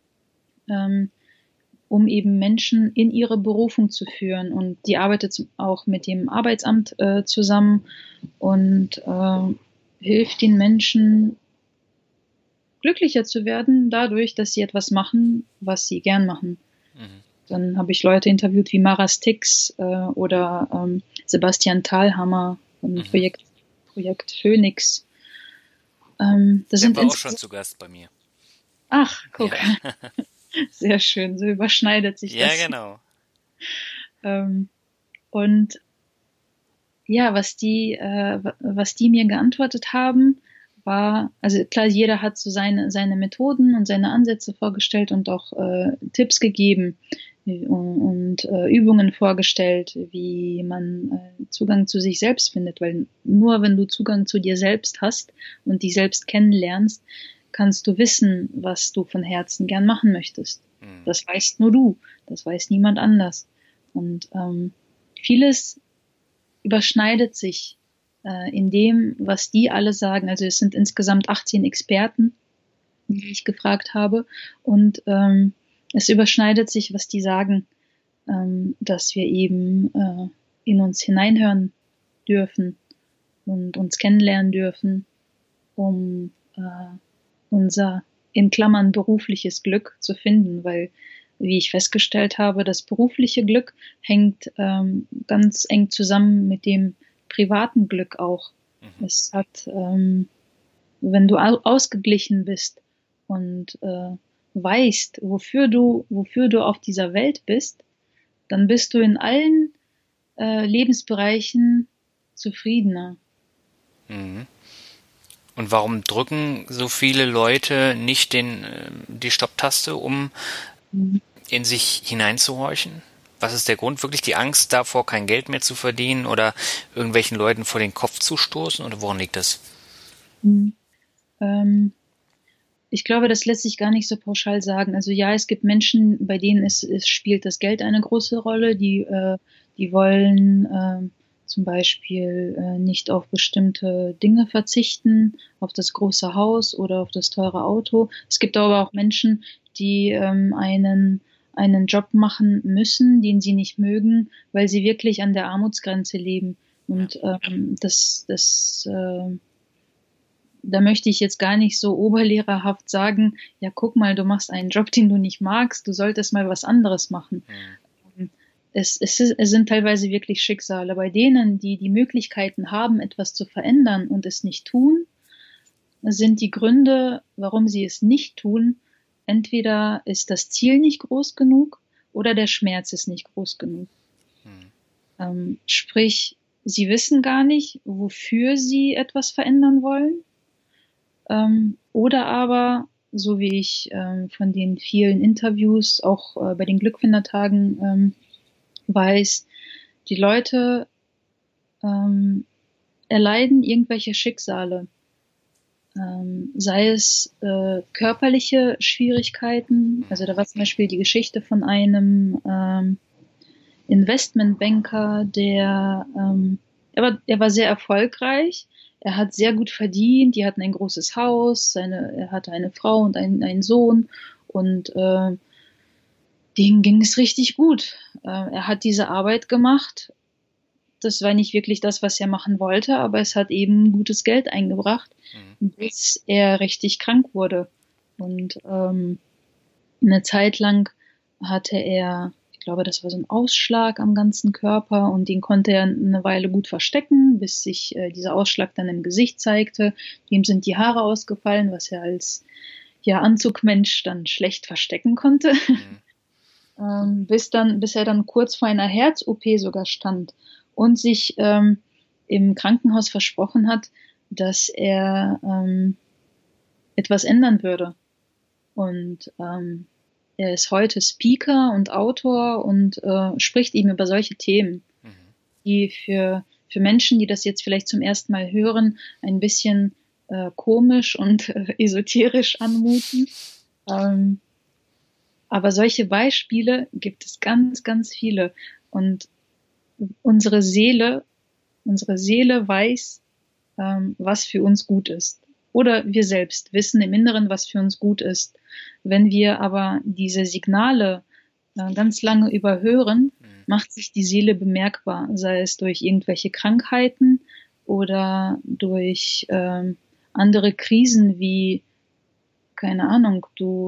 Speaker 2: um eben Menschen in ihre Berufung zu führen. Und die arbeitet auch mit dem Arbeitsamt zusammen und hilft den Menschen, glücklicher zu werden, dadurch, dass sie etwas machen, was sie gern machen. Dann habe ich Leute interviewt wie Mara Stix oder Sebastian Thalhammer von Projekt Phoenix.
Speaker 4: Der war auch schon zu Gast bei mir.
Speaker 2: Ach, guck.
Speaker 4: Ja.
Speaker 2: Sehr schön, so überschneidet sich das.
Speaker 4: Ja, genau.
Speaker 2: Und ja, was die mir geantwortet haben, war, also klar, jeder hat so seine Methoden und seine Ansätze vorgestellt und auch Tipps gegeben und Übungen vorgestellt, wie man Zugang zu sich selbst findet, weil nur wenn du Zugang zu dir selbst hast und dich selbst kennenlernst, kannst du wissen, was du von Herzen gern machen möchtest. Das weißt nur du, das weiß niemand anders. Und vieles überschneidet sich in dem, was die alle sagen. Also es sind insgesamt 18 Experten, die ich gefragt habe. Und es überschneidet sich, was die sagen, dass wir eben in uns hineinhören dürfen und uns kennenlernen dürfen, um unser in Klammern berufliches Glück zu finden, weil, wie ich festgestellt habe, das berufliche Glück hängt ganz eng zusammen mit dem privaten Glück auch. Es hat, wenn du ausgeglichen bist und weißt, wofür du auf dieser Welt bist, dann bist du in allen Lebensbereichen zufriedener.
Speaker 4: Und warum drücken so viele Leute nicht die Stopptaste, um in sich hineinzuhorchen? Was ist der Grund? Wirklich die Angst davor, kein Geld mehr zu verdienen oder irgendwelchen Leuten vor den Kopf zu stoßen? Oder woran liegt das?
Speaker 2: Ich glaube, das lässt sich gar nicht so pauschal sagen. Also ja, es gibt Menschen, bei denen es spielt das Geld eine große Rolle. Die wollen zum Beispiel nicht auf bestimmte Dinge verzichten, auf das große Haus oder auf das teure Auto. Es gibt aber auch Menschen, die einen Job machen müssen, den sie nicht mögen, weil sie wirklich an der Armutsgrenze leben. Und da möchte ich jetzt gar nicht so oberlehrerhaft sagen, ja, guck mal, du machst einen Job, den du nicht magst, du solltest mal was anderes machen. Es sind teilweise wirklich Schicksale. Bei denen, die die Möglichkeiten haben, etwas zu verändern und es nicht tun, sind die Gründe, warum sie es nicht tun, entweder ist das Ziel nicht groß genug oder der Schmerz ist nicht groß genug. Sprich, sie wissen gar nicht, wofür sie etwas verändern wollen. Oder aber, so wie ich von den vielen Interviews, auch bei den Glückfindertagen weiß, die Leute erleiden irgendwelche Schicksale. Sei es körperliche Schwierigkeiten, also da war zum Beispiel die Geschichte von einem Investmentbanker, er war sehr erfolgreich, er hat sehr gut verdient, die hatten ein großes Haus, er hatte eine Frau und einen Sohn und denen ging es richtig gut. Er hat diese Arbeit gemacht. Das war nicht wirklich das, was er machen wollte, aber es hat eben gutes Geld eingebracht, bis er richtig krank wurde. Und eine Zeit lang hatte er, ich glaube, das war so ein Ausschlag am ganzen Körper und den konnte er eine Weile gut verstecken, bis sich dieser Ausschlag dann im Gesicht zeigte. Ihm sind die Haare ausgefallen, was er als Anzugmensch dann schlecht verstecken konnte. Bis er dann kurz vor einer Herz-OP sogar stand und sich im Krankenhaus versprochen hat, dass er etwas ändern würde. Und er ist heute Speaker und Autor und spricht eben über solche Themen, die für Menschen, die das jetzt vielleicht zum ersten Mal hören, ein bisschen komisch und esoterisch anmuten. Aber solche Beispiele gibt es ganz, ganz viele. Und unsere Seele weiß, was für uns gut ist. Oder wir selbst wissen im Inneren, was für uns gut ist. Wenn wir aber diese Signale ganz lange überhören, macht sich die Seele bemerkbar, sei es durch irgendwelche Krankheiten oder durch andere Krisen wie, keine Ahnung,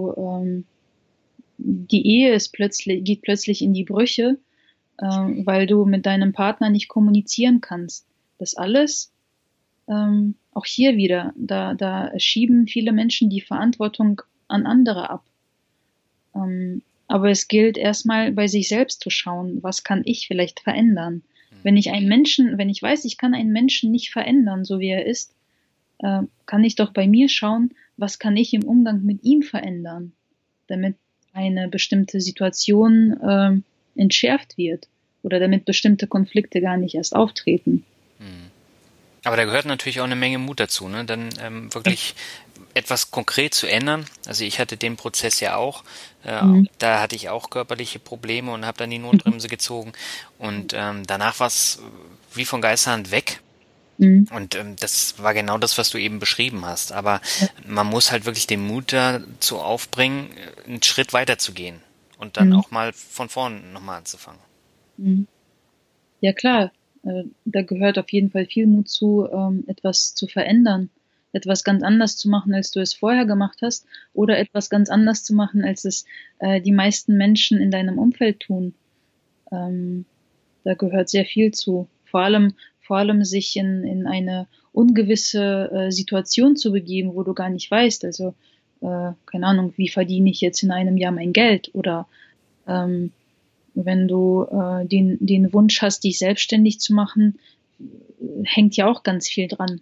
Speaker 2: die Ehe geht plötzlich in die Brüche, weil du mit deinem Partner nicht kommunizieren kannst. das alles, auch hier wieder, da schieben viele Menschen die Verantwortung an andere ab. Aber es gilt erstmal bei sich selbst zu schauen, was kann ich vielleicht verändern. Wenn ich weiß, ich kann einen Menschen nicht verändern, so wie er ist, kann ich doch bei mir schauen, was kann ich im Umgang mit ihm verändern, damit eine bestimmte Situation entschärft wird oder damit bestimmte Konflikte gar nicht erst auftreten.
Speaker 4: Aber da gehört natürlich auch eine Menge Mut dazu, ne? Dann wirklich etwas konkret zu ändern. Also ich hatte den Prozess ja auch. Da hatte ich auch körperliche Probleme und habe dann die Notbremse gezogen. Und danach war es wie von Geisterhand weg. Und das war genau das, was du eben beschrieben hast. Aber man muss halt wirklich den Mut dazu aufbringen, einen Schritt weiter zu gehen und dann auch mal von vorne nochmal anzufangen.
Speaker 2: Ja klar, da gehört auf jeden Fall viel Mut zu, etwas zu verändern, etwas ganz anders zu machen, als du es vorher gemacht hast, oder etwas ganz anders zu machen, als es die meisten Menschen in deinem Umfeld tun. Da gehört sehr viel zu. Vor allem sich in eine ungewisse Situation zu begeben, wo du gar nicht weißt, also keine Ahnung, wie verdiene ich jetzt in einem Jahr mein Geld, oder wenn du den Wunsch hast, dich selbstständig zu machen, hängt ja auch ganz viel dran.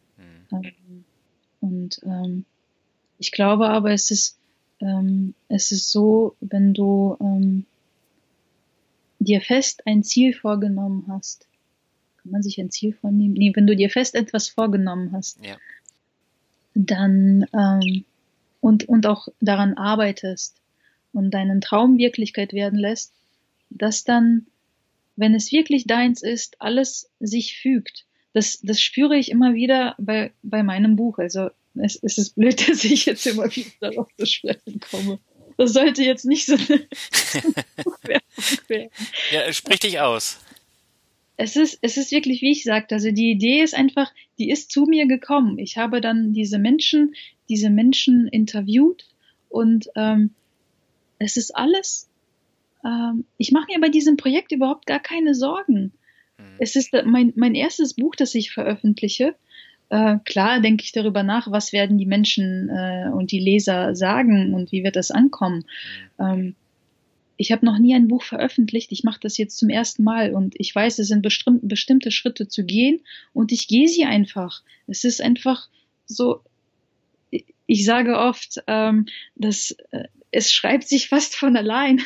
Speaker 2: Ich glaube aber, es ist so, wenn du dir fest ein Ziel vorgenommen hast, kann man sich ein Ziel vornehmen? Nee, wenn du dir fest etwas vorgenommen hast, dann und auch daran arbeitest und deinen Traum Wirklichkeit werden lässt, dass dann, wenn es wirklich deins ist, alles sich fügt. Das spüre ich immer wieder bei meinem Buch. Also es ist blöd, dass ich jetzt immer wieder darauf zu sprechen komme. Das sollte jetzt nicht so eine Buchwerbung werden.
Speaker 4: Ja, sprich dich aus.
Speaker 2: Es ist wirklich, wie ich sagte, also die Idee ist einfach, die ist zu mir gekommen. Ich habe dann diese Menschen interviewt und es ist alles, ich mache mir bei diesem Projekt überhaupt gar keine Sorgen. Es ist mein erstes Buch, das ich veröffentliche. Klar denke ich darüber nach, was werden die Menschen und die Leser sagen und wie wird das ankommen. Ich habe noch nie ein Buch veröffentlicht, ich mache das jetzt zum ersten Mal und ich weiß, es sind bestimmte Schritte zu gehen und ich gehe sie einfach. Es ist einfach so, ich sage oft, dass es schreibt sich fast von allein,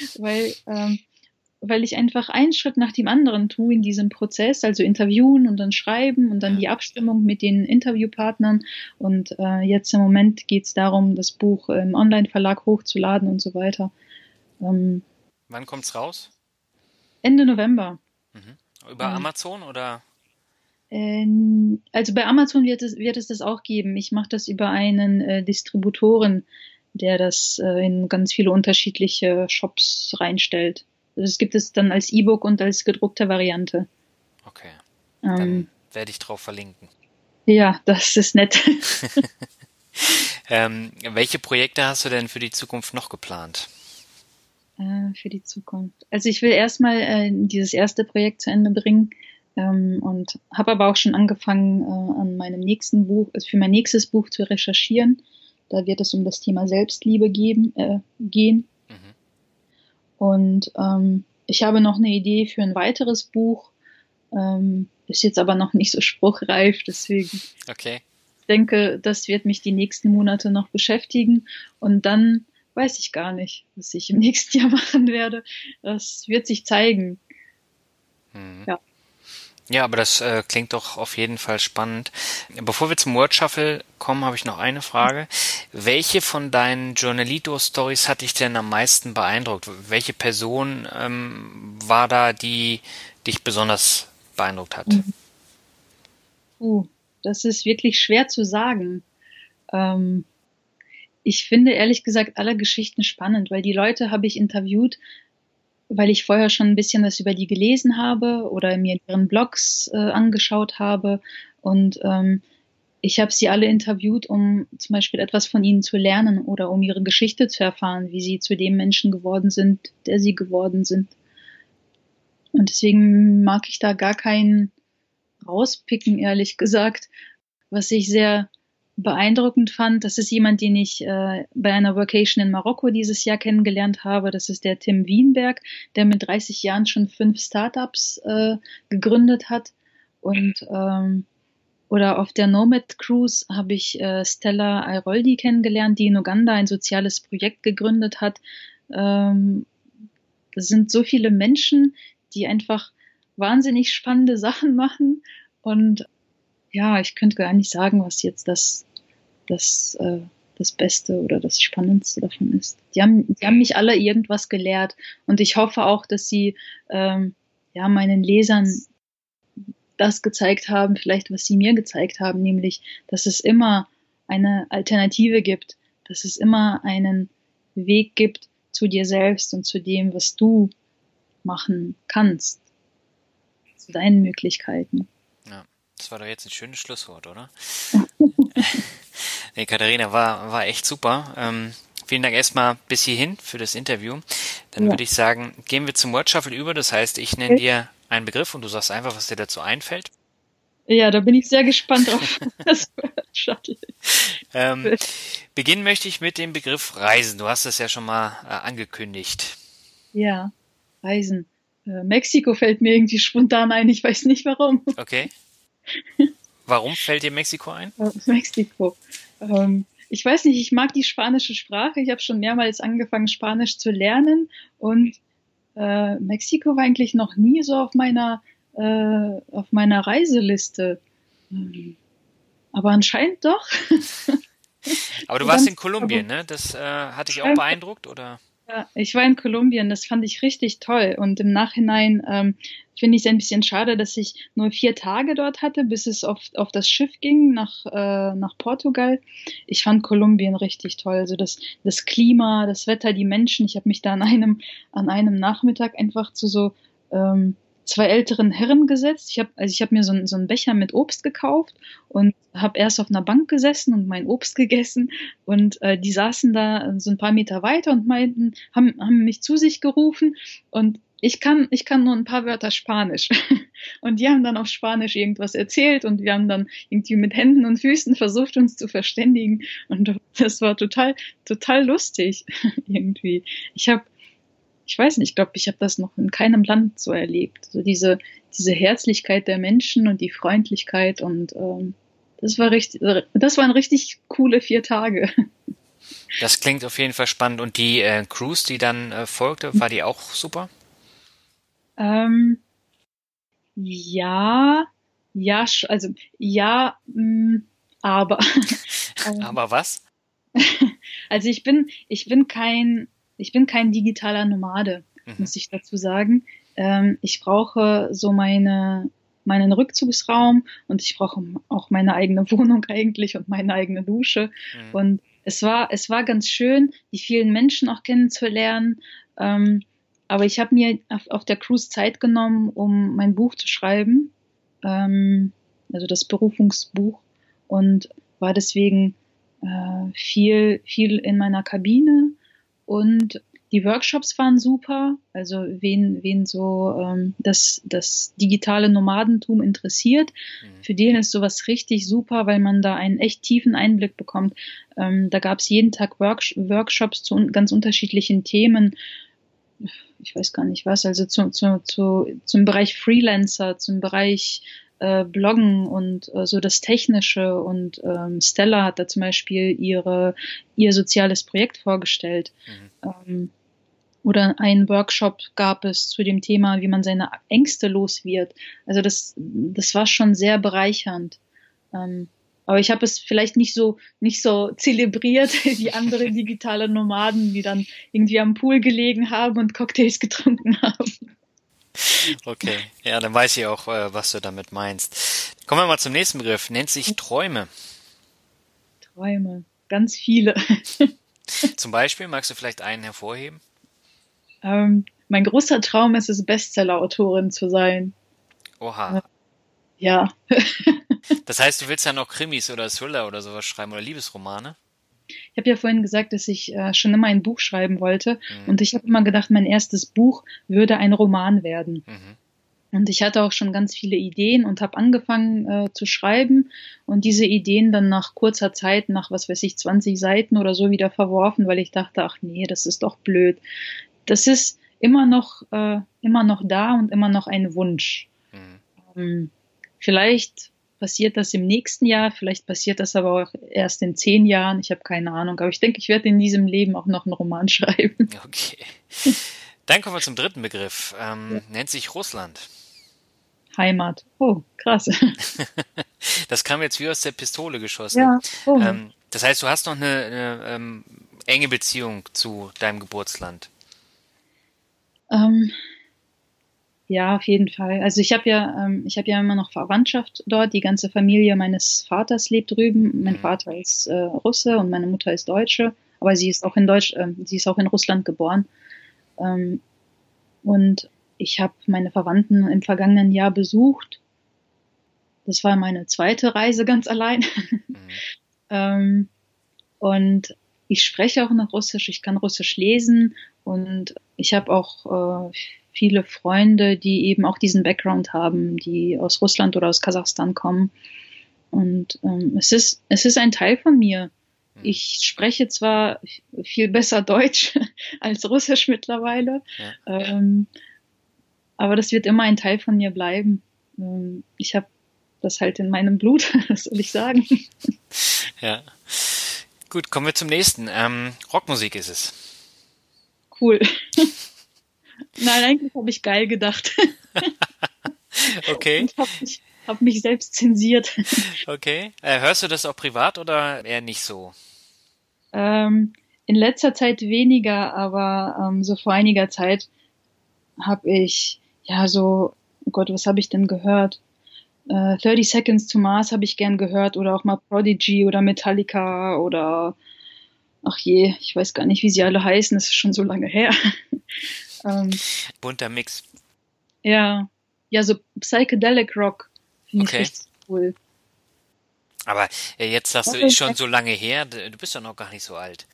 Speaker 2: weil ich einfach einen Schritt nach dem anderen tue in diesem Prozess, also interviewen und dann schreiben und dann die Abstimmung mit den Interviewpartnern und jetzt im Moment geht es darum, das Buch im Online-Verlag hochzuladen und so weiter.
Speaker 4: Wann kommt's raus?
Speaker 2: Ende November.
Speaker 4: Über Amazon oder?
Speaker 2: Also bei Amazon wird es das auch geben. Ich mache das über einen Distributoren, der das in ganz viele unterschiedliche Shops reinstellt. Also es gibt es dann als E-Book und als gedruckte Variante.
Speaker 4: Okay, dann werde ich drauf verlinken.
Speaker 2: Ja, das ist nett.
Speaker 4: Welche Projekte hast du denn für die Zukunft noch geplant?
Speaker 2: Für die Zukunft. Also ich will erstmal dieses erste Projekt zu Ende bringen und habe aber auch schon angefangen, an meinem nächsten Buch, also für mein nächstes Buch zu recherchieren. Da wird es um das Thema Selbstliebe gehen. Und ich habe noch eine Idee für ein weiteres Buch, ist jetzt aber noch nicht so spruchreif, deswegen ich denke, das wird mich die nächsten Monate noch beschäftigen und dann weiß ich gar nicht, was ich im nächsten Jahr machen werde. Das wird sich zeigen.
Speaker 4: Ja, aber das klingt doch auf jeden Fall spannend. Bevor wir zum Word Shuffle kommen, habe ich noch eine Frage. Welche von deinen Journalito-Stories hat dich denn am meisten beeindruckt? Welche Person war da, die dich besonders beeindruckt hat?
Speaker 2: Das ist wirklich schwer zu sagen. Ich finde ehrlich gesagt alle Geschichten spannend, weil die Leute habe ich interviewt, weil ich vorher schon ein bisschen was über die gelesen habe oder mir ihren Blogs angeschaut habe und ich habe sie alle interviewt, um zum Beispiel etwas von ihnen zu lernen oder um ihre Geschichte zu erfahren, wie sie zu dem Menschen geworden sind, der sie geworden sind. Und deswegen mag ich da gar keinen rauspicken, ehrlich gesagt. Was ich sehr beeindruckend fand, das ist jemand, den ich bei einer Workation in Marokko dieses Jahr kennengelernt habe. Das ist der Tim Wienberg, der mit 30 Jahren schon 5 Startups gegründet hat. Und oder auf der Nomad Cruise habe ich Stella Airoldi kennengelernt, die in Uganda ein soziales Projekt gegründet hat. Es sind so viele Menschen, die einfach wahnsinnig spannende Sachen machen. Und ja, ich könnte gar nicht sagen, was jetzt das Beste oder das Spannendste davon ist. Die haben mich alle irgendwas gelehrt. Und ich hoffe auch, dass sie meinen Lesern das gezeigt haben, vielleicht was sie mir gezeigt haben, nämlich, dass es immer eine Alternative gibt, dass es immer einen Weg gibt zu dir selbst und zu dem, was du machen kannst, zu deinen Möglichkeiten.
Speaker 4: Ja, das war doch jetzt ein schönes Schlusswort, oder? Nee, Katharina, war echt super. Vielen Dank erstmal bis hierhin für das Interview. Dann würde ich sagen, gehen wir zum Word Shuffle über. Das heißt, ich nenne dir einen Begriff und du sagst einfach, was dir dazu einfällt.
Speaker 2: Ja, da bin ich sehr gespannt drauf. Das Word Shuffle.
Speaker 4: Beginnen möchte ich mit dem Begriff Reisen. Du hast es ja schon mal angekündigt.
Speaker 2: Ja, Reisen. Mexiko fällt mir irgendwie spontan ein. Ich weiß nicht warum.
Speaker 4: Okay. Warum fällt dir Mexiko ein?
Speaker 2: Mexiko. Ich weiß nicht, ich mag die spanische Sprache. Ich habe schon mehrmals angefangen, Spanisch zu lernen. Und Mexiko war eigentlich noch nie so auf meiner Reiseliste. Aber anscheinend doch.
Speaker 4: Aber du warst in Kolumbien, ne? Das hat dich auch beeindruckt, oder?
Speaker 2: Ja, ich war in Kolumbien, das fand ich richtig toll. Und im Nachhinein finde ich es ein bisschen schade, dass ich nur 4 Tage dort hatte, bis es auf das Schiff ging nach Portugal. Ich fand Kolumbien richtig toll. Also das Klima, das Wetter, die Menschen. Ich habe mich da an einem Nachmittag einfach zu so 2 älteren Herren gesetzt. Ich habe mir so einen Becher mit Obst gekauft und habe erst auf einer Bank gesessen und mein Obst gegessen. Und die saßen da so ein paar Meter weiter und haben mich zu sich gerufen. Und ich kann nur ein paar Wörter Spanisch. Und die haben dann auf Spanisch irgendwas erzählt und wir haben dann irgendwie mit Händen und Füßen versucht, uns zu verständigen. Und das war total, total lustig irgendwie. Ich weiß nicht, ich glaube, ich habe das noch in keinem Land so erlebt. So diese Herzlichkeit der Menschen und die Freundlichkeit und das waren richtig coole 4 Tage.
Speaker 4: Das klingt auf jeden Fall spannend. Und die Cruise, die dann folgte, war die auch super?
Speaker 2: Ja, also ja, aber.
Speaker 4: Aber was?
Speaker 2: Also ich bin kein digitaler Nomade, muss ich dazu sagen. Ich brauche so meinen Rückzugsraum und ich brauche auch meine eigene Wohnung eigentlich und meine eigene Dusche. Und es war ganz schön, die vielen Menschen auch kennenzulernen. Aber ich habe mir auf der Cruise Zeit genommen, um mein Buch zu schreiben, also das Berufungsbuch, und war deswegen viel in meiner Kabine. Und die Workshops waren super, also wen so das digitale Nomadentum interessiert, für den ist sowas richtig super, weil man da einen echt tiefen Einblick bekommt. Da gab es jeden Tag Workshops zu ganz unterschiedlichen Themen. Ich weiß gar nicht was, also zum Bereich Freelancer, zum Bereich Bloggen und so das Technische, und Stella hat da zum Beispiel ihr soziales Projekt vorgestellt. Oder einen Workshop gab es zu dem Thema, wie man seine Ängste los wird. Also das war schon sehr bereichernd. Aber ich habe es vielleicht nicht so zelebriert wie andere digitale Nomaden, die dann irgendwie am Pool gelegen haben und Cocktails getrunken haben.
Speaker 4: Okay, ja, dann weiß ich auch, was du damit meinst. Kommen wir mal zum nächsten Begriff. Nennt sich Träume.
Speaker 2: Träume, ganz viele.
Speaker 4: Zum Beispiel, magst du vielleicht einen hervorheben?
Speaker 2: Mein großer Traum ist es, Bestseller-Autorin zu sein.
Speaker 4: Oha.
Speaker 2: Ja.
Speaker 4: Das heißt, du willst ja noch Krimis oder Thriller oder sowas schreiben oder Liebesromane?
Speaker 2: Ich habe ja vorhin gesagt, dass ich schon immer ein Buch schreiben wollte. Und ich habe immer gedacht, mein erstes Buch würde ein Roman werden. Und ich hatte auch schon ganz viele Ideen und habe angefangen zu schreiben und diese Ideen dann nach kurzer Zeit, nach was weiß ich, 20 Seiten oder so wieder verworfen, weil ich dachte, ach nee, das ist doch blöd. Das ist immer noch da und immer noch ein Wunsch. Vielleicht passiert das im nächsten Jahr, vielleicht passiert das aber auch erst in 10 Jahren, ich habe keine Ahnung. Aber ich denke, ich werde in diesem Leben auch noch einen Roman schreiben.
Speaker 4: Okay. Dann kommen wir zum dritten Begriff. Nennt sich Russland.
Speaker 2: Heimat. Oh, krass.
Speaker 4: Das kam jetzt wie aus der Pistole geschossen.
Speaker 2: Ja. Oh.
Speaker 4: Das heißt, du hast noch eine enge Beziehung zu deinem Geburtsland.
Speaker 2: Ja, auf jeden Fall. Also ich habe ja immer noch Verwandtschaft dort. Die ganze Familie meines Vaters lebt drüben. Mein Vater ist Russe und meine Mutter ist Deutsche, aber sie ist auch in Russland geboren. Und ich habe meine Verwandten im vergangenen Jahr besucht. Das war meine zweite Reise ganz allein. Und ich spreche auch noch Russisch, ich kann Russisch lesen und ich habe auch viele Freunde, die eben auch diesen Background haben, die aus Russland oder aus Kasachstan kommen. Und es ist ein Teil von mir. Ich spreche zwar viel besser Deutsch als Russisch mittlerweile, aber das wird immer ein Teil von mir bleiben. Ich habe das halt in meinem Blut, was soll ich sagen?
Speaker 4: Ja. Gut, kommen wir zum nächsten. Rockmusik ist es.
Speaker 2: Cool. Nein, eigentlich habe ich geil gedacht.
Speaker 4: Okay.
Speaker 2: Ich habe mich selbst zensiert.
Speaker 4: Okay. Hörst du das auch privat oder eher nicht so?
Speaker 2: In letzter Zeit weniger, aber so vor einiger Zeit habe ich, oh Gott, was habe ich denn gehört? 30 Seconds to Mars habe ich gern gehört oder auch mal Prodigy oder Metallica oder ach je, ich weiß gar nicht, wie sie alle heißen, das ist schon so lange her.
Speaker 4: Bunter Mix.
Speaker 2: Ja, so Psychedelic Rock finde ich richtig cool.
Speaker 4: Aber jetzt sagst du, ist schon so lange her, du bist doch noch gar nicht so alt.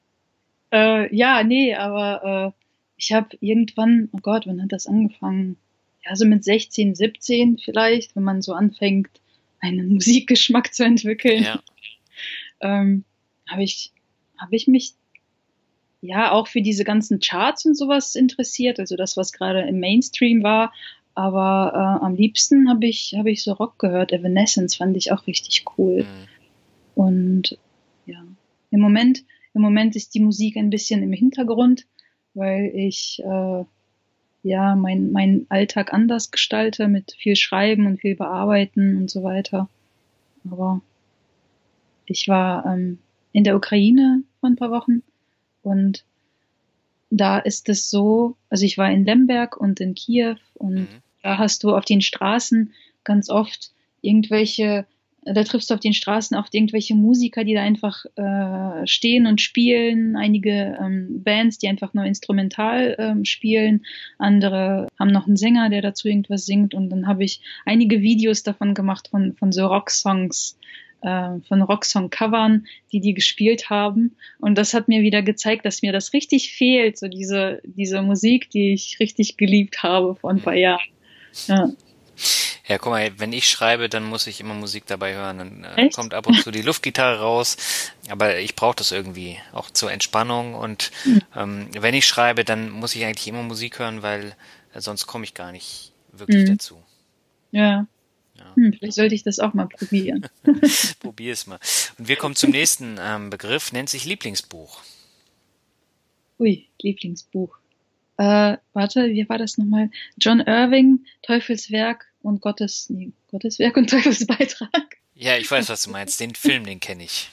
Speaker 2: Aber ich habe irgendwann, oh Gott, wann hat das angefangen? Ja, so mit 16, 17 vielleicht, wenn man so anfängt, einen Musikgeschmack zu entwickeln.
Speaker 4: Ja.
Speaker 2: Habe ich mich ja auch für diese ganzen Charts und sowas interessiert, also das, was gerade im Mainstream war. Aber am liebsten habe ich so Rock gehört. Evanescence fand ich auch richtig cool. Und ja, im Moment ist die Musik ein bisschen im Hintergrund, weil ich meinen Alltag anders gestalte mit viel Schreiben und viel Bearbeiten und so weiter. Aber ich war in der Ukraine vor ein paar Wochen und da ist es so, also ich war in Lemberg und in Kiew und da hast du auf den Straßen ganz oft da triffst du auf den Straßen oft irgendwelche Musiker, die da einfach stehen und spielen, einige Bands, die einfach nur instrumental spielen, andere haben noch einen Sänger, der dazu irgendwas singt und dann habe ich einige Videos davon gemacht von so Rocksongs, von Rocksong-Covern, die gespielt haben. Und das hat mir wieder gezeigt, dass mir das richtig fehlt, so diese Musik, die ich richtig geliebt habe vor ein paar Jahren. Ja.
Speaker 4: Ja, guck mal, wenn ich schreibe, dann muss ich immer Musik dabei hören. Dann kommt ab und zu die Luftgitarre raus. Aber ich brauche das irgendwie auch zur Entspannung. Und wenn ich schreibe, dann muss ich eigentlich immer Musik hören, weil sonst komme ich gar nicht wirklich dazu.
Speaker 2: Ja. Vielleicht sollte ich das auch mal probieren.
Speaker 4: Probier es mal. Und wir kommen zum nächsten Begriff, nennt sich Lieblingsbuch.
Speaker 2: Ui, Lieblingsbuch. Warte, wie war das nochmal? John Irving, Teufelswerk und Gotteswerk und Teufelsbeitrag.
Speaker 4: Ja, ich weiß, was du meinst. Den Film, den kenne ich.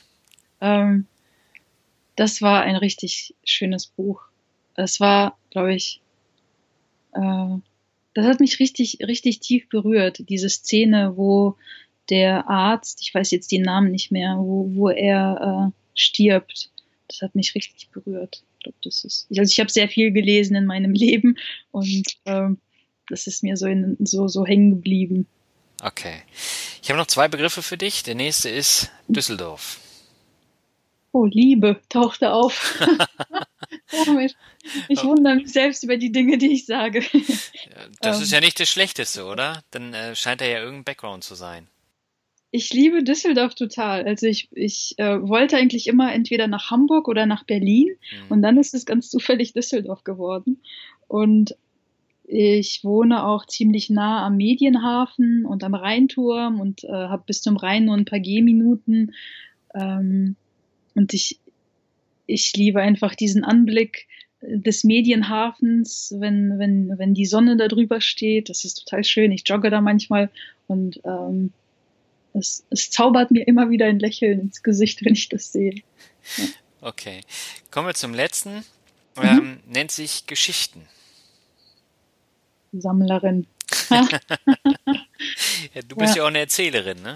Speaker 2: Das war ein richtig schönes Buch. Es war, glaube ich, das hat mich richtig, richtig tief berührt. Diese Szene, wo der Arzt, ich weiß jetzt den Namen nicht mehr, wo er stirbt. Das hat mich richtig berührt. Ich glaube, ich habe sehr viel gelesen in meinem Leben und das ist mir so hängen geblieben.
Speaker 4: Okay. Ich habe noch 2 Begriffe für dich. Der nächste ist Düsseldorf.
Speaker 2: Oh, Liebe tauchte auf. Ich wundere mich selbst über die Dinge, die ich sage.
Speaker 4: Das ist ja nicht das Schlechteste, oder? Dann scheint da ja irgendein Background zu sein.
Speaker 2: Ich liebe Düsseldorf total. Also ich wollte eigentlich immer entweder nach Hamburg oder nach Berlin und dann ist es ganz zufällig Düsseldorf geworden. Und ich wohne auch ziemlich nah am Medienhafen und am Rheinturm und habe bis zum Rhein nur ein paar Gehminuten. Und ich liebe einfach diesen Anblick des Medienhafens, wenn die Sonne da drüber steht. Das ist total schön. Ich jogge da manchmal und es zaubert mir immer wieder ein Lächeln ins Gesicht, wenn ich das sehe. Ja.
Speaker 4: Okay. Kommen wir zum letzten. Nennt sich Geschichten.
Speaker 2: Sammlerin.
Speaker 4: Ja, du bist ja auch eine Erzählerin, ne?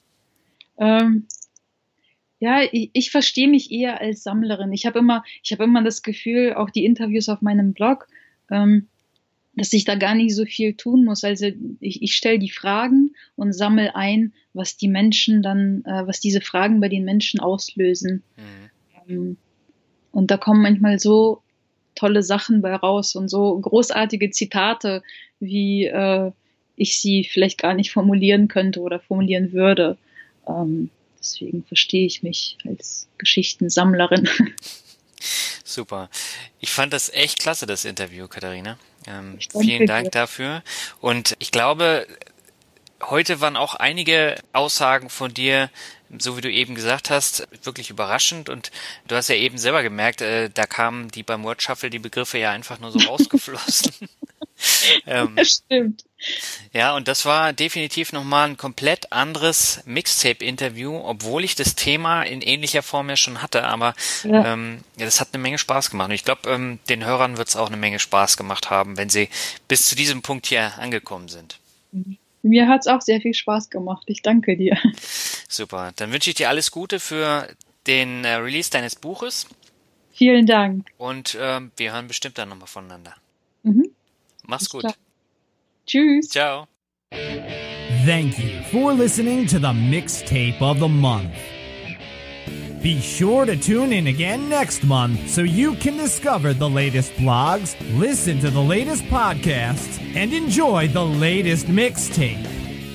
Speaker 2: Ja, ich verstehe mich eher als Sammlerin. Ich habe immer das Gefühl, auch die Interviews auf meinem Blog, dass ich da gar nicht so viel tun muss. Also ich stelle die Fragen und sammle ein, was die Menschen dann, was diese Fragen bei den Menschen auslösen. Und da kommen manchmal so tolle Sachen bei raus und so großartige Zitate, wie ich sie vielleicht gar nicht formulieren könnte oder formulieren würde. Deswegen verstehe ich mich als Geschichtensammlerin.
Speaker 4: Super. Ich fand das echt klasse, das Interview, Katharina. Vielen Dank dafür. Und ich glaube, heute waren auch einige Aussagen von dir, so wie du eben gesagt hast, wirklich überraschend. Und du hast ja eben selber gemerkt, da kamen die beim Word Shuffle die Begriffe ja einfach nur so rausgeflossen.
Speaker 2: Das stimmt.
Speaker 4: Ja, und das war definitiv nochmal ein komplett anderes Mixtape-Interview, obwohl ich das Thema in ähnlicher Form ja schon hatte, aber das hat eine Menge Spaß gemacht. Und ich glaube, den Hörern wird es auch eine Menge Spaß gemacht haben, wenn sie bis zu diesem Punkt hier angekommen sind.
Speaker 2: Mir hat es auch sehr viel Spaß gemacht. Ich danke dir.
Speaker 4: Super. Dann wünsche ich dir alles Gute für den Release deines Buches.
Speaker 2: Vielen Dank.
Speaker 4: Und wir hören bestimmt dann nochmal voneinander. Mach's gut.
Speaker 2: Klar. Tschüss.
Speaker 4: Ciao.
Speaker 3: Thank you for listening to the Mixtape of the Month. Be sure to tune in again next month so you can discover the latest blogs, listen to the latest podcasts, and enjoy the latest mixtape.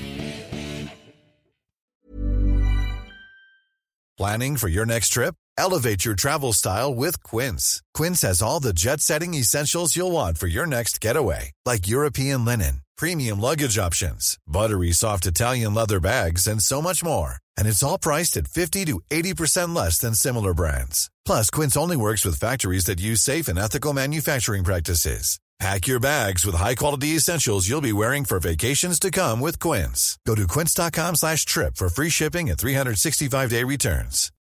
Speaker 5: Planning for your next trip? Elevate your travel style with Quince. Quince has all the jet-setting essentials you'll want for your next getaway, like European linen, premium luggage options, buttery soft Italian leather bags, and so much more. And it's all priced at 50 to 80% less than similar brands. Plus, Quince only works with factories that use safe and ethical manufacturing practices. Pack your bags with high-quality essentials you'll be wearing for vacations to come with Quince. Go to quince.com/trip for free shipping and 365-day returns.